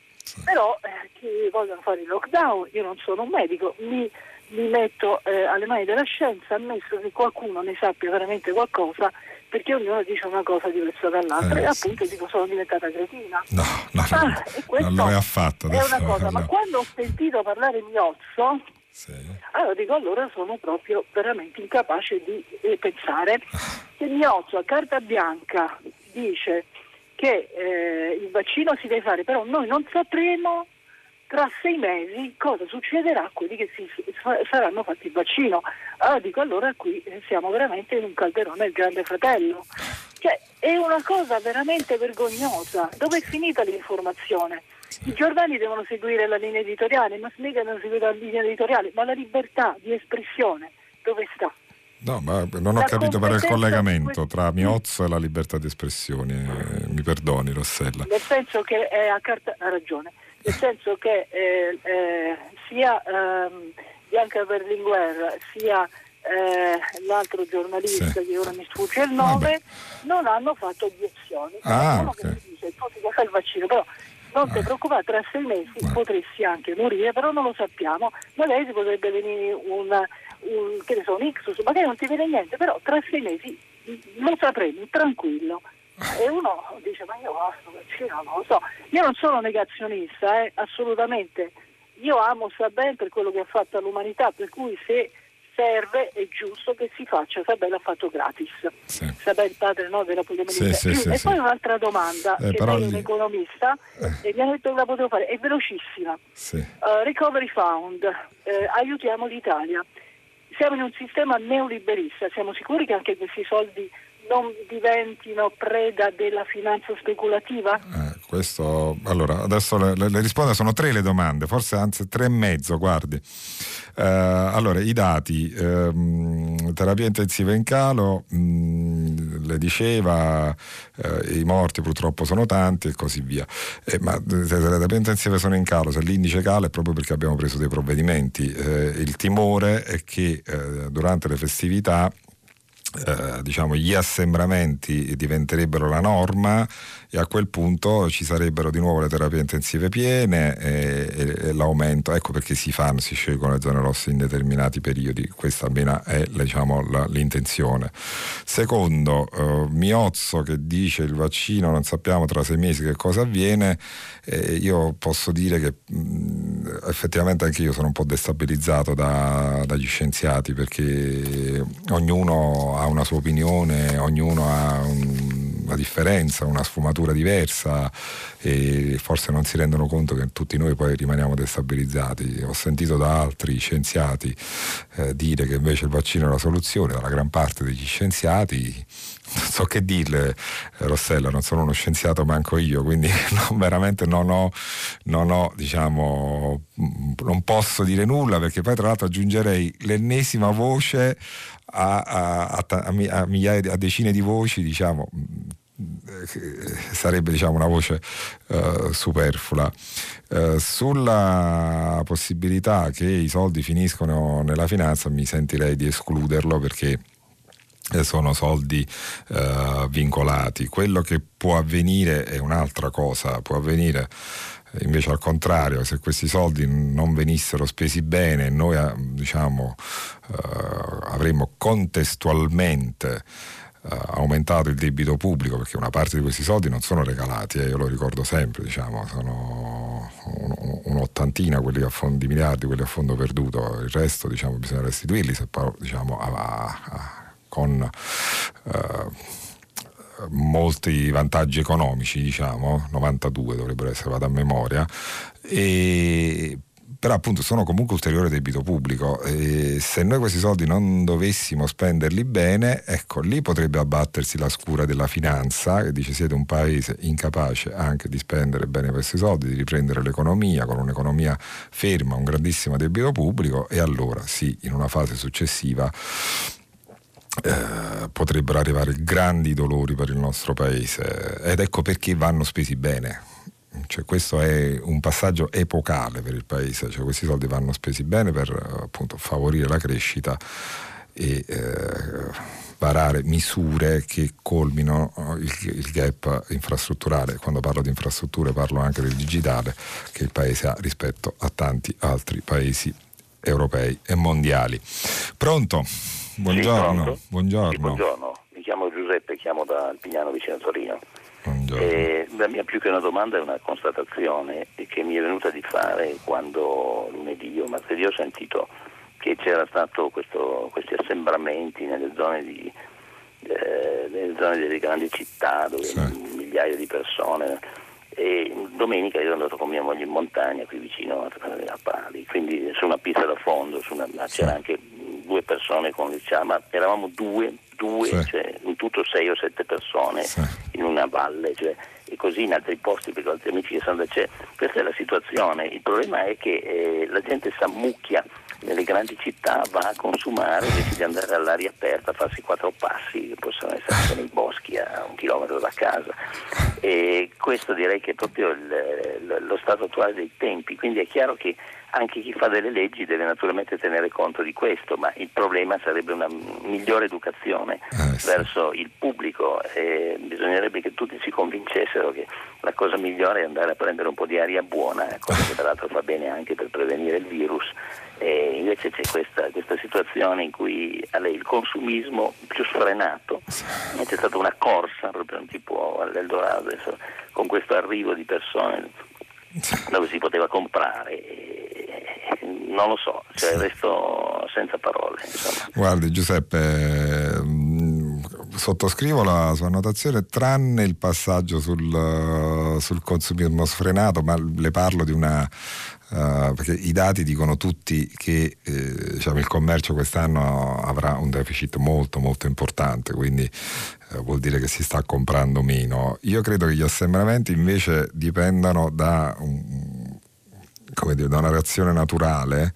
Però eh, chi vogliono fare il lockdown, io non sono un medico, mi, mi metto eh, alle mani della scienza, ammesso che qualcuno ne sappia veramente qualcosa, perché ognuno dice una cosa diversa dall'altra eh, e sì. appunto dico sono diventata cretina. No, no, no, ah, e non l'hai affatto. È una cosa, no. Ma quando ho sentito parlare Miozzo, sì. allora dico allora sono proprio veramente incapace di eh, pensare che Miozzo a carta bianca dice che eh, il vaccino si deve fare, però noi non sapremo tra sei mesi cosa succederà a quelli che si, saranno fatti il vaccino. Allora dico allora qui siamo veramente in un calderone del Grande Fratello. Cioè è una cosa veramente vergognosa. Dove è finita l'informazione? I giornali devono seguire la linea editoriale, i mass media devono seguire la linea editoriale, ma la libertà di espressione dove sta? No, ma non ho la capito per il collegamento que- tra Miozzo e la libertà di espressione, eh, mi perdoni Rossella. Nel senso che è a carta, ha ragione, nel senso che eh, eh, sia ehm, Bianca Berlinguer sia eh, l'altro giornalista sì. che ora mi sfugge il nome, Vabbè. non hanno fatto obiezioni. Ah, uno okay. che mi dice tu ti fai il vaccino, però non ti preoccupare, tra sei mesi ah. potresti anche morire, però non lo sappiamo, magari ti potrebbe venire un, un che ne so, un ictus, magari non ti viene niente, però tra sei mesi lo sapremo, tranquillo. E uno dice ma io questo vaccino non lo so, io non sono negazionista, eh, assolutamente, io amo Sabin per quello che ha fatto all'umanità, per cui se serve è giusto che si faccia. Sabin l'ha fatto gratis, sì. Sabin il padre no, della poliomielite. Sì, sì, e sì, poi sì. un'altra domanda, eh, che lei è un economista eh. e mi ha detto che la potevo fare, è velocissima. Sì. Uh, Recovery Fund, eh, aiutiamo l'Italia, siamo in un sistema neoliberista, siamo sicuri che anche questi soldi non diventino preda della finanza speculativa? Eh, questo, allora, adesso le, le, le rispondo, sono tre le domande, forse anzi tre e mezzo, guardi. Eh, allora, i dati, ehm, terapia intensiva in calo, mh, le diceva, eh, i morti purtroppo sono tanti e così via. Eh, ma se le terapie intensive sono in calo, se l'indice cala è proprio perché abbiamo preso dei provvedimenti. Eh, il timore è che eh, durante le festività Eh, diciamo gli assembramenti diventerebbero la norma e a quel punto ci sarebbero di nuovo le terapie intensive piene e, e, e l'aumento, ecco perché si fanno, si scelgono le zone rosse in determinati periodi, questa almeno è diciamo la, l'intenzione. Secondo, eh, Miozzo che dice il vaccino non sappiamo tra sei mesi che cosa avviene, eh, io posso dire che mh, effettivamente anche io sono un po' destabilizzato da, dagli scienziati, perché ognuno ha una sua opinione, ognuno ha un, una differenza, una sfumatura diversa e forse non si rendono conto che tutti noi poi rimaniamo destabilizzati. Ho sentito da altri scienziati eh, dire che invece il vaccino è la soluzione, dalla gran parte degli scienziati. Non so che dirle, Rossella, non sono uno scienziato manco io, quindi no, veramente non ho, non ho, diciamo, non posso dire nulla, perché poi tra l'altro aggiungerei l'ennesima voce a, a, a, a migliaia, a decine di voci, diciamo, sarebbe diciamo una voce uh, superflua. Uh, sulla possibilità che i soldi finiscono nella finanza mi sentirei di escluderlo, perché sono soldi uh, vincolati. Quello che può avvenire è un'altra cosa, può avvenire invece al contrario, se questi soldi non venissero spesi bene, noi diciamo uh, avremmo contestualmente aumentato il debito pubblico, perché una parte di questi soldi non sono regalati, eh, io lo ricordo sempre, diciamo, sono un'ottantina quelli a fondo, di miliardi, quelli a fondo perduto, il resto, diciamo, bisogna restituirli, se poi, diciamo, a, a, con uh, molti vantaggi economici, diciamo, novantadue dovrebbero essere, vado a memoria, e però appunto sono comunque ulteriore debito pubblico, e se noi questi soldi non dovessimo spenderli bene, ecco, lì potrebbe abbattersi la scura della finanza, che dice siete un paese incapace anche di spendere bene questi soldi, di riprendere l'economia, con un'economia ferma, un grandissimo debito pubblico, e allora sì, in una fase successiva Eh, potrebbero arrivare grandi dolori per il nostro paese, ed ecco perché vanno spesi bene. Cioè, questo è un passaggio epocale per il paese, cioè, questi soldi vanno spesi bene per appunto favorire la crescita e eh, varare misure che colmino il, il gap infrastrutturale. Quando parlo di infrastrutture parlo anche del digitale che il paese ha rispetto a tanti altri paesi europei e mondiali. Pronto? Buongiorno. Sì, buongiorno. Sì, buongiorno, mi chiamo Giuseppe, chiamo da Alpignano vicino a Torino. E la mia più che una domanda è una constatazione che mi è venuta di fare quando lunedì o martedì ho sentito che c'era stato questo, questi assembramenti nelle zone, di, eh, nelle zone delle grandi città dove sì. migliaia di persone, e domenica io ero andato con mia moglie in montagna qui vicino a, a Pali, quindi su una pista da fondo, su una, sì. c'era anche due persone con diciamo, ma eravamo due, due sì. cioè, in tutto sei o sette persone sì. in una valle, cioè, e così in altri posti, perché altri amici che sono da c'è. Questa è la situazione. Il problema è che eh, la gente s'ammucchia nelle grandi città, va a consumare invece di andare all'aria aperta a farsi quattro passi che possono essere anche nei boschi a un chilometro da casa, e questo direi che è proprio il, lo stato attuale dei tempi. Quindi è chiaro che anche chi fa delle leggi deve naturalmente tenere conto di questo, ma il problema sarebbe una migliore educazione eh, sì. verso il pubblico, e bisognerebbe che tutti si convincessero che la cosa migliore è andare a prendere un po' di aria buona, cosa che tra l'altro fa bene anche per prevenire il virus. E invece c'è questa, questa situazione in cui allora, il consumismo più sfrenato, c'è stata una corsa proprio tipo all'Eldorado adesso, con questo arrivo di persone dove si poteva comprare, e non lo so, cioè resto senza parole, insomma. Guardi Giuseppe, sottoscrivo la sua annotazione, tranne il passaggio sul, sul consumismo sfrenato, ma le parlo di una Uh, perché i dati dicono tutti che eh, diciamo, il commercio quest'anno avrà un deficit molto molto importante, quindi eh, vuol dire che si sta comprando meno. Io credo che gli assembramenti invece dipendano da, un, come dire, da una reazione naturale,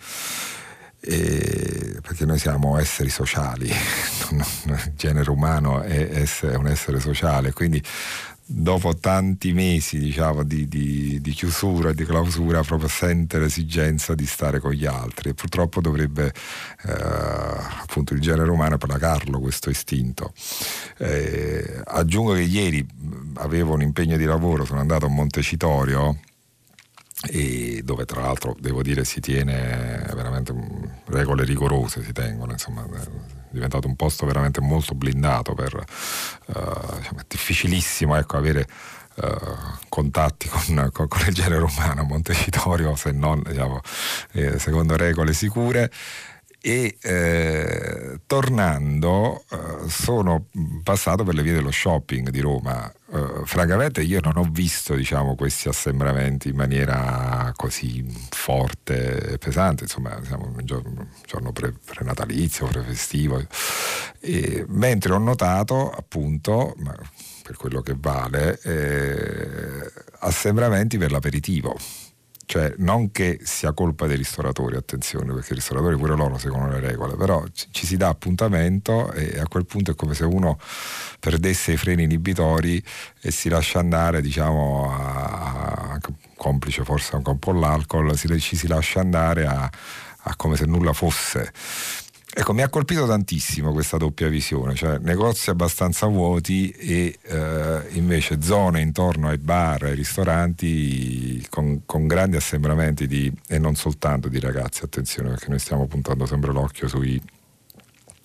e perché noi siamo esseri sociali, il genere umano è, essere, è un essere sociale, quindi dopo tanti mesi diciamo di, di, di chiusura e di clausura proprio sente l'esigenza di stare con gli altri, e purtroppo dovrebbe eh, appunto il genere umano placarlo questo istinto. Eh, aggiungo che ieri avevo un impegno di lavoro, sono andato a Montecitorio, e dove tra l'altro devo dire si tiene veramente regole rigorose, si tengono, insomma è diventato un posto veramente molto blindato per uh, diciamo, è difficilissimo ecco avere uh, contatti con, con, con il genere umano a Montecitorio, se non diciamo eh, secondo regole sicure. E eh, tornando eh, sono passato per le vie dello shopping di Roma. Eh, francamente io non ho visto diciamo questi assembramenti in maniera così forte e pesante, insomma siamo un giorno, giorno pre, prenatalizio, prefestivo, e mentre ho notato appunto, ma per quello che vale, eh, assembramenti per l'aperitivo. Cioè non che sia colpa dei ristoratori, attenzione, perché i ristoratori pure loro seguono le regole, però ci, ci si dà appuntamento e a quel punto è come se uno perdesse i freni inibitori e si lascia andare, diciamo, a, a, complice forse anche un po' l'alcol, si, ci si lascia andare a, a come se nulla fosse. Ecco, mi ha colpito tantissimo questa doppia visione, cioè negozi abbastanza vuoti e eh, invece zone intorno ai bar, ai ristoranti con, con grandi assembramenti di, e non soltanto di ragazzi, attenzione, perché noi stiamo puntando sempre l'occhio sui,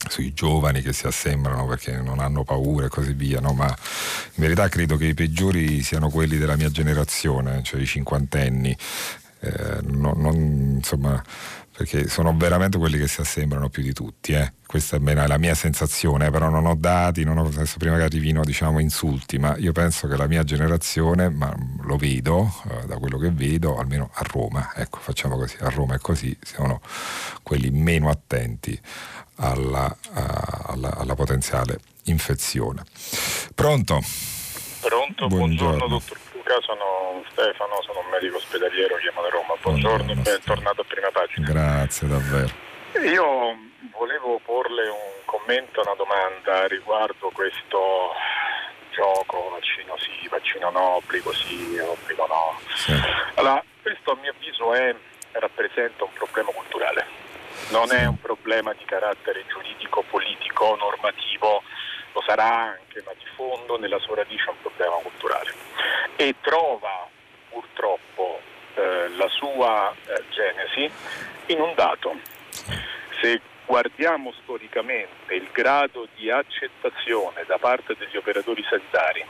sui giovani che si assembrano perché non hanno paura e così via, no? Ma in verità credo che i peggiori siano quelli della mia generazione, cioè i cinquantenni, eh, non, non, insomma, perché sono veramente quelli che si assembrano più di tutti, eh. Questa è la mia sensazione, però non ho dati, non ho, adesso prima che arrivino diciamo insulti, ma io penso che la mia generazione, ma lo vedo, eh, da quello che vedo, almeno a Roma, ecco, facciamo così, a Roma è così, sono quelli meno attenti alla, alla, alla potenziale infezione. Pronto? Pronto, buongiorno, buongiorno dottor Puca, sono Stefano, sono un medico ospedaliero, chiamo da Roma. Buongiorno, buongiorno e bentornato a Prima Pagina. Grazie davvero. Io volevo porle un commento, una domanda riguardo questo gioco vaccino sì, vaccino no, obbligo sì, obbligo no. Sì. Allora, questo a mio avviso è, rappresenta un problema culturale, non è un problema di carattere giuridico, politico, normativo, lo sarà anche, ma di fondo nella sua radice è un problema culturale e trova purtroppo eh, la sua eh, genesi in un dato. Se guardiamo storicamente il grado di accettazione da parte degli operatori sanitari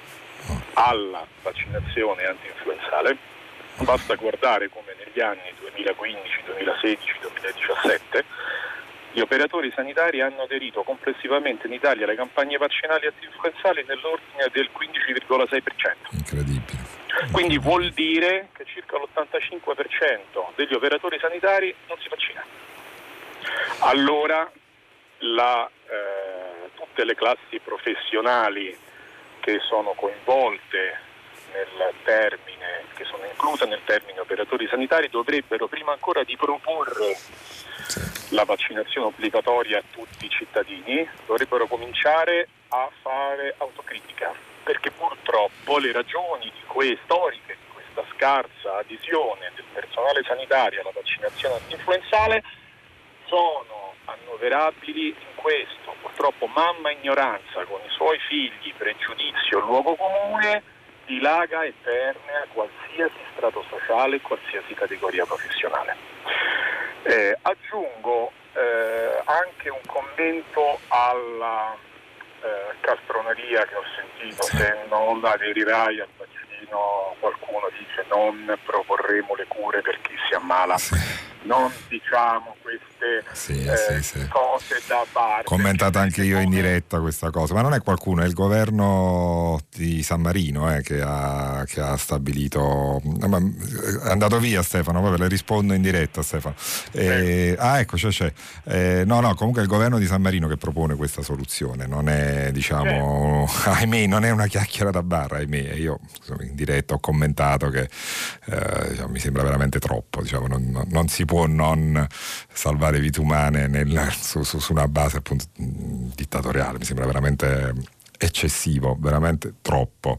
alla vaccinazione anti-influenzale, basta guardare come negli anni duemilaquindici, duemilasedici, duemiladiciassette gli operatori sanitari hanno aderito complessivamente in Italia alle campagne vaccinali anti-influenzali nell'ordine del quindici virgola sei per cento. Incredibile. Quindi vuol dire che circa l'ottantacinque per cento degli operatori sanitari non si vaccina. Allora la, eh, tutte le classi professionali che sono coinvolte nel termine, che sono incluse nel termine operatori sanitari, dovrebbero prima ancora di proporre la vaccinazione obbligatoria a tutti i cittadini, dovrebbero cominciare a fare autocritica, perché purtroppo le ragioni di que- storiche di questa scarsa adesione del personale sanitario alla vaccinazione antinfluenzale sono annoverabili in questo. Purtroppo mamma ignoranza con i suoi figli, pregiudizio, luogo comune, dilaga e permea qualsiasi strato sociale e qualsiasi categoria professionale. Eh, aggiungo eh, anche un commento alla eh, castroneria che ho sentito: se non aderirai al vaccino, qualcuno dice non proporremo le cure per chi si ammala. Sì. Non diciamo queste sì, eh, sì, sì. cose da parte. Commentata anche io in diretta questa cosa, ma non è qualcuno, è il governo di San Marino eh, che, ha, che ha stabilito. È andato via Stefano, poi ve le rispondo in diretta Stefano. Eh, ah ecco, c'è, c'è. Eh, no no, comunque è il governo di San Marino che propone questa soluzione, non è diciamo, sì. ahimè, non è una chiacchiera da bar, ahimè. Io insomma, in diretta ho commentato che eh, diciamo, mi sembra veramente troppo, diciamo, non, non si può non salvare vite umane nel, su, su, su una base appunto dittatoriale, mi sembra veramente eccessivo, veramente troppo.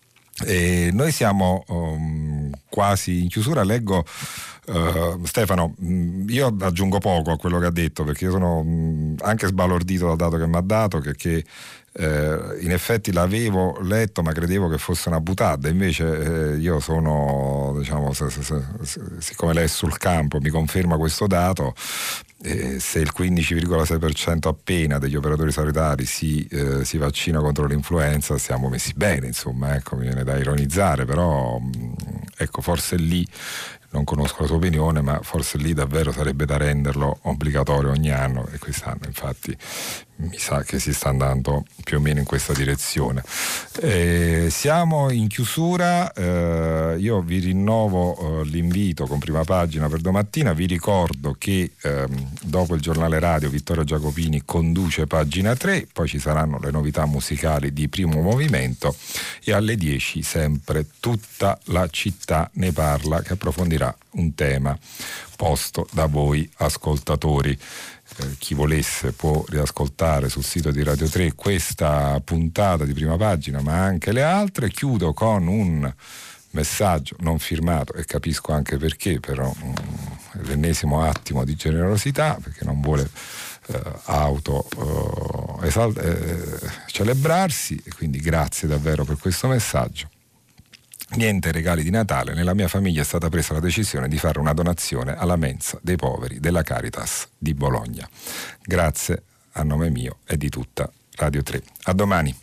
E noi siamo um, quasi in chiusura. Leggo uh, Stefano, io aggiungo poco a quello che ha detto, perché io sono um, anche sbalordito dal dato che mi ha dato, che, che eh, in effetti l'avevo letto ma credevo che fosse una buttada, invece eh, io sono, diciamo, se, se, se, siccome lei è sul campo mi conferma questo dato. Eh, se il quindici virgola sei per cento appena degli operatori sanitari si, eh, si vaccina contro l'influenza, siamo messi bene, insomma, ecco, mi viene da ironizzare, però mh, ecco, forse lì, non conosco la sua opinione, ma forse lì davvero sarebbe da renderlo obbligatorio ogni anno, e quest'anno infatti mi sa che si sta andando più o meno in questa direzione. Eh, siamo in chiusura, eh, io vi rinnovo eh, l'invito con Prima Pagina per domattina, vi ricordo che ehm, dopo il giornale radio Vittorio Giacopini conduce Pagina tre, poi ci saranno le novità musicali di Primo Movimento e alle dieci sempre Tutta la città ne parla, che approfondirà un tema posto da voi ascoltatori. Eh, chi volesse può riascoltare sul sito di Radio tre questa puntata di Prima Pagina, ma anche le altre. Chiudo con un messaggio non firmato, e capisco anche perché, però um, l'ennesimo attimo di generosità, perché non vuole eh, auto eh, esal- eh, celebrarsi, e quindi grazie davvero per questo messaggio. Niente regali di Natale, nella mia famiglia è stata presa la decisione di fare una donazione alla mensa dei poveri della Caritas di Bologna. Grazie a nome mio e di tutta Radio tre. A domani.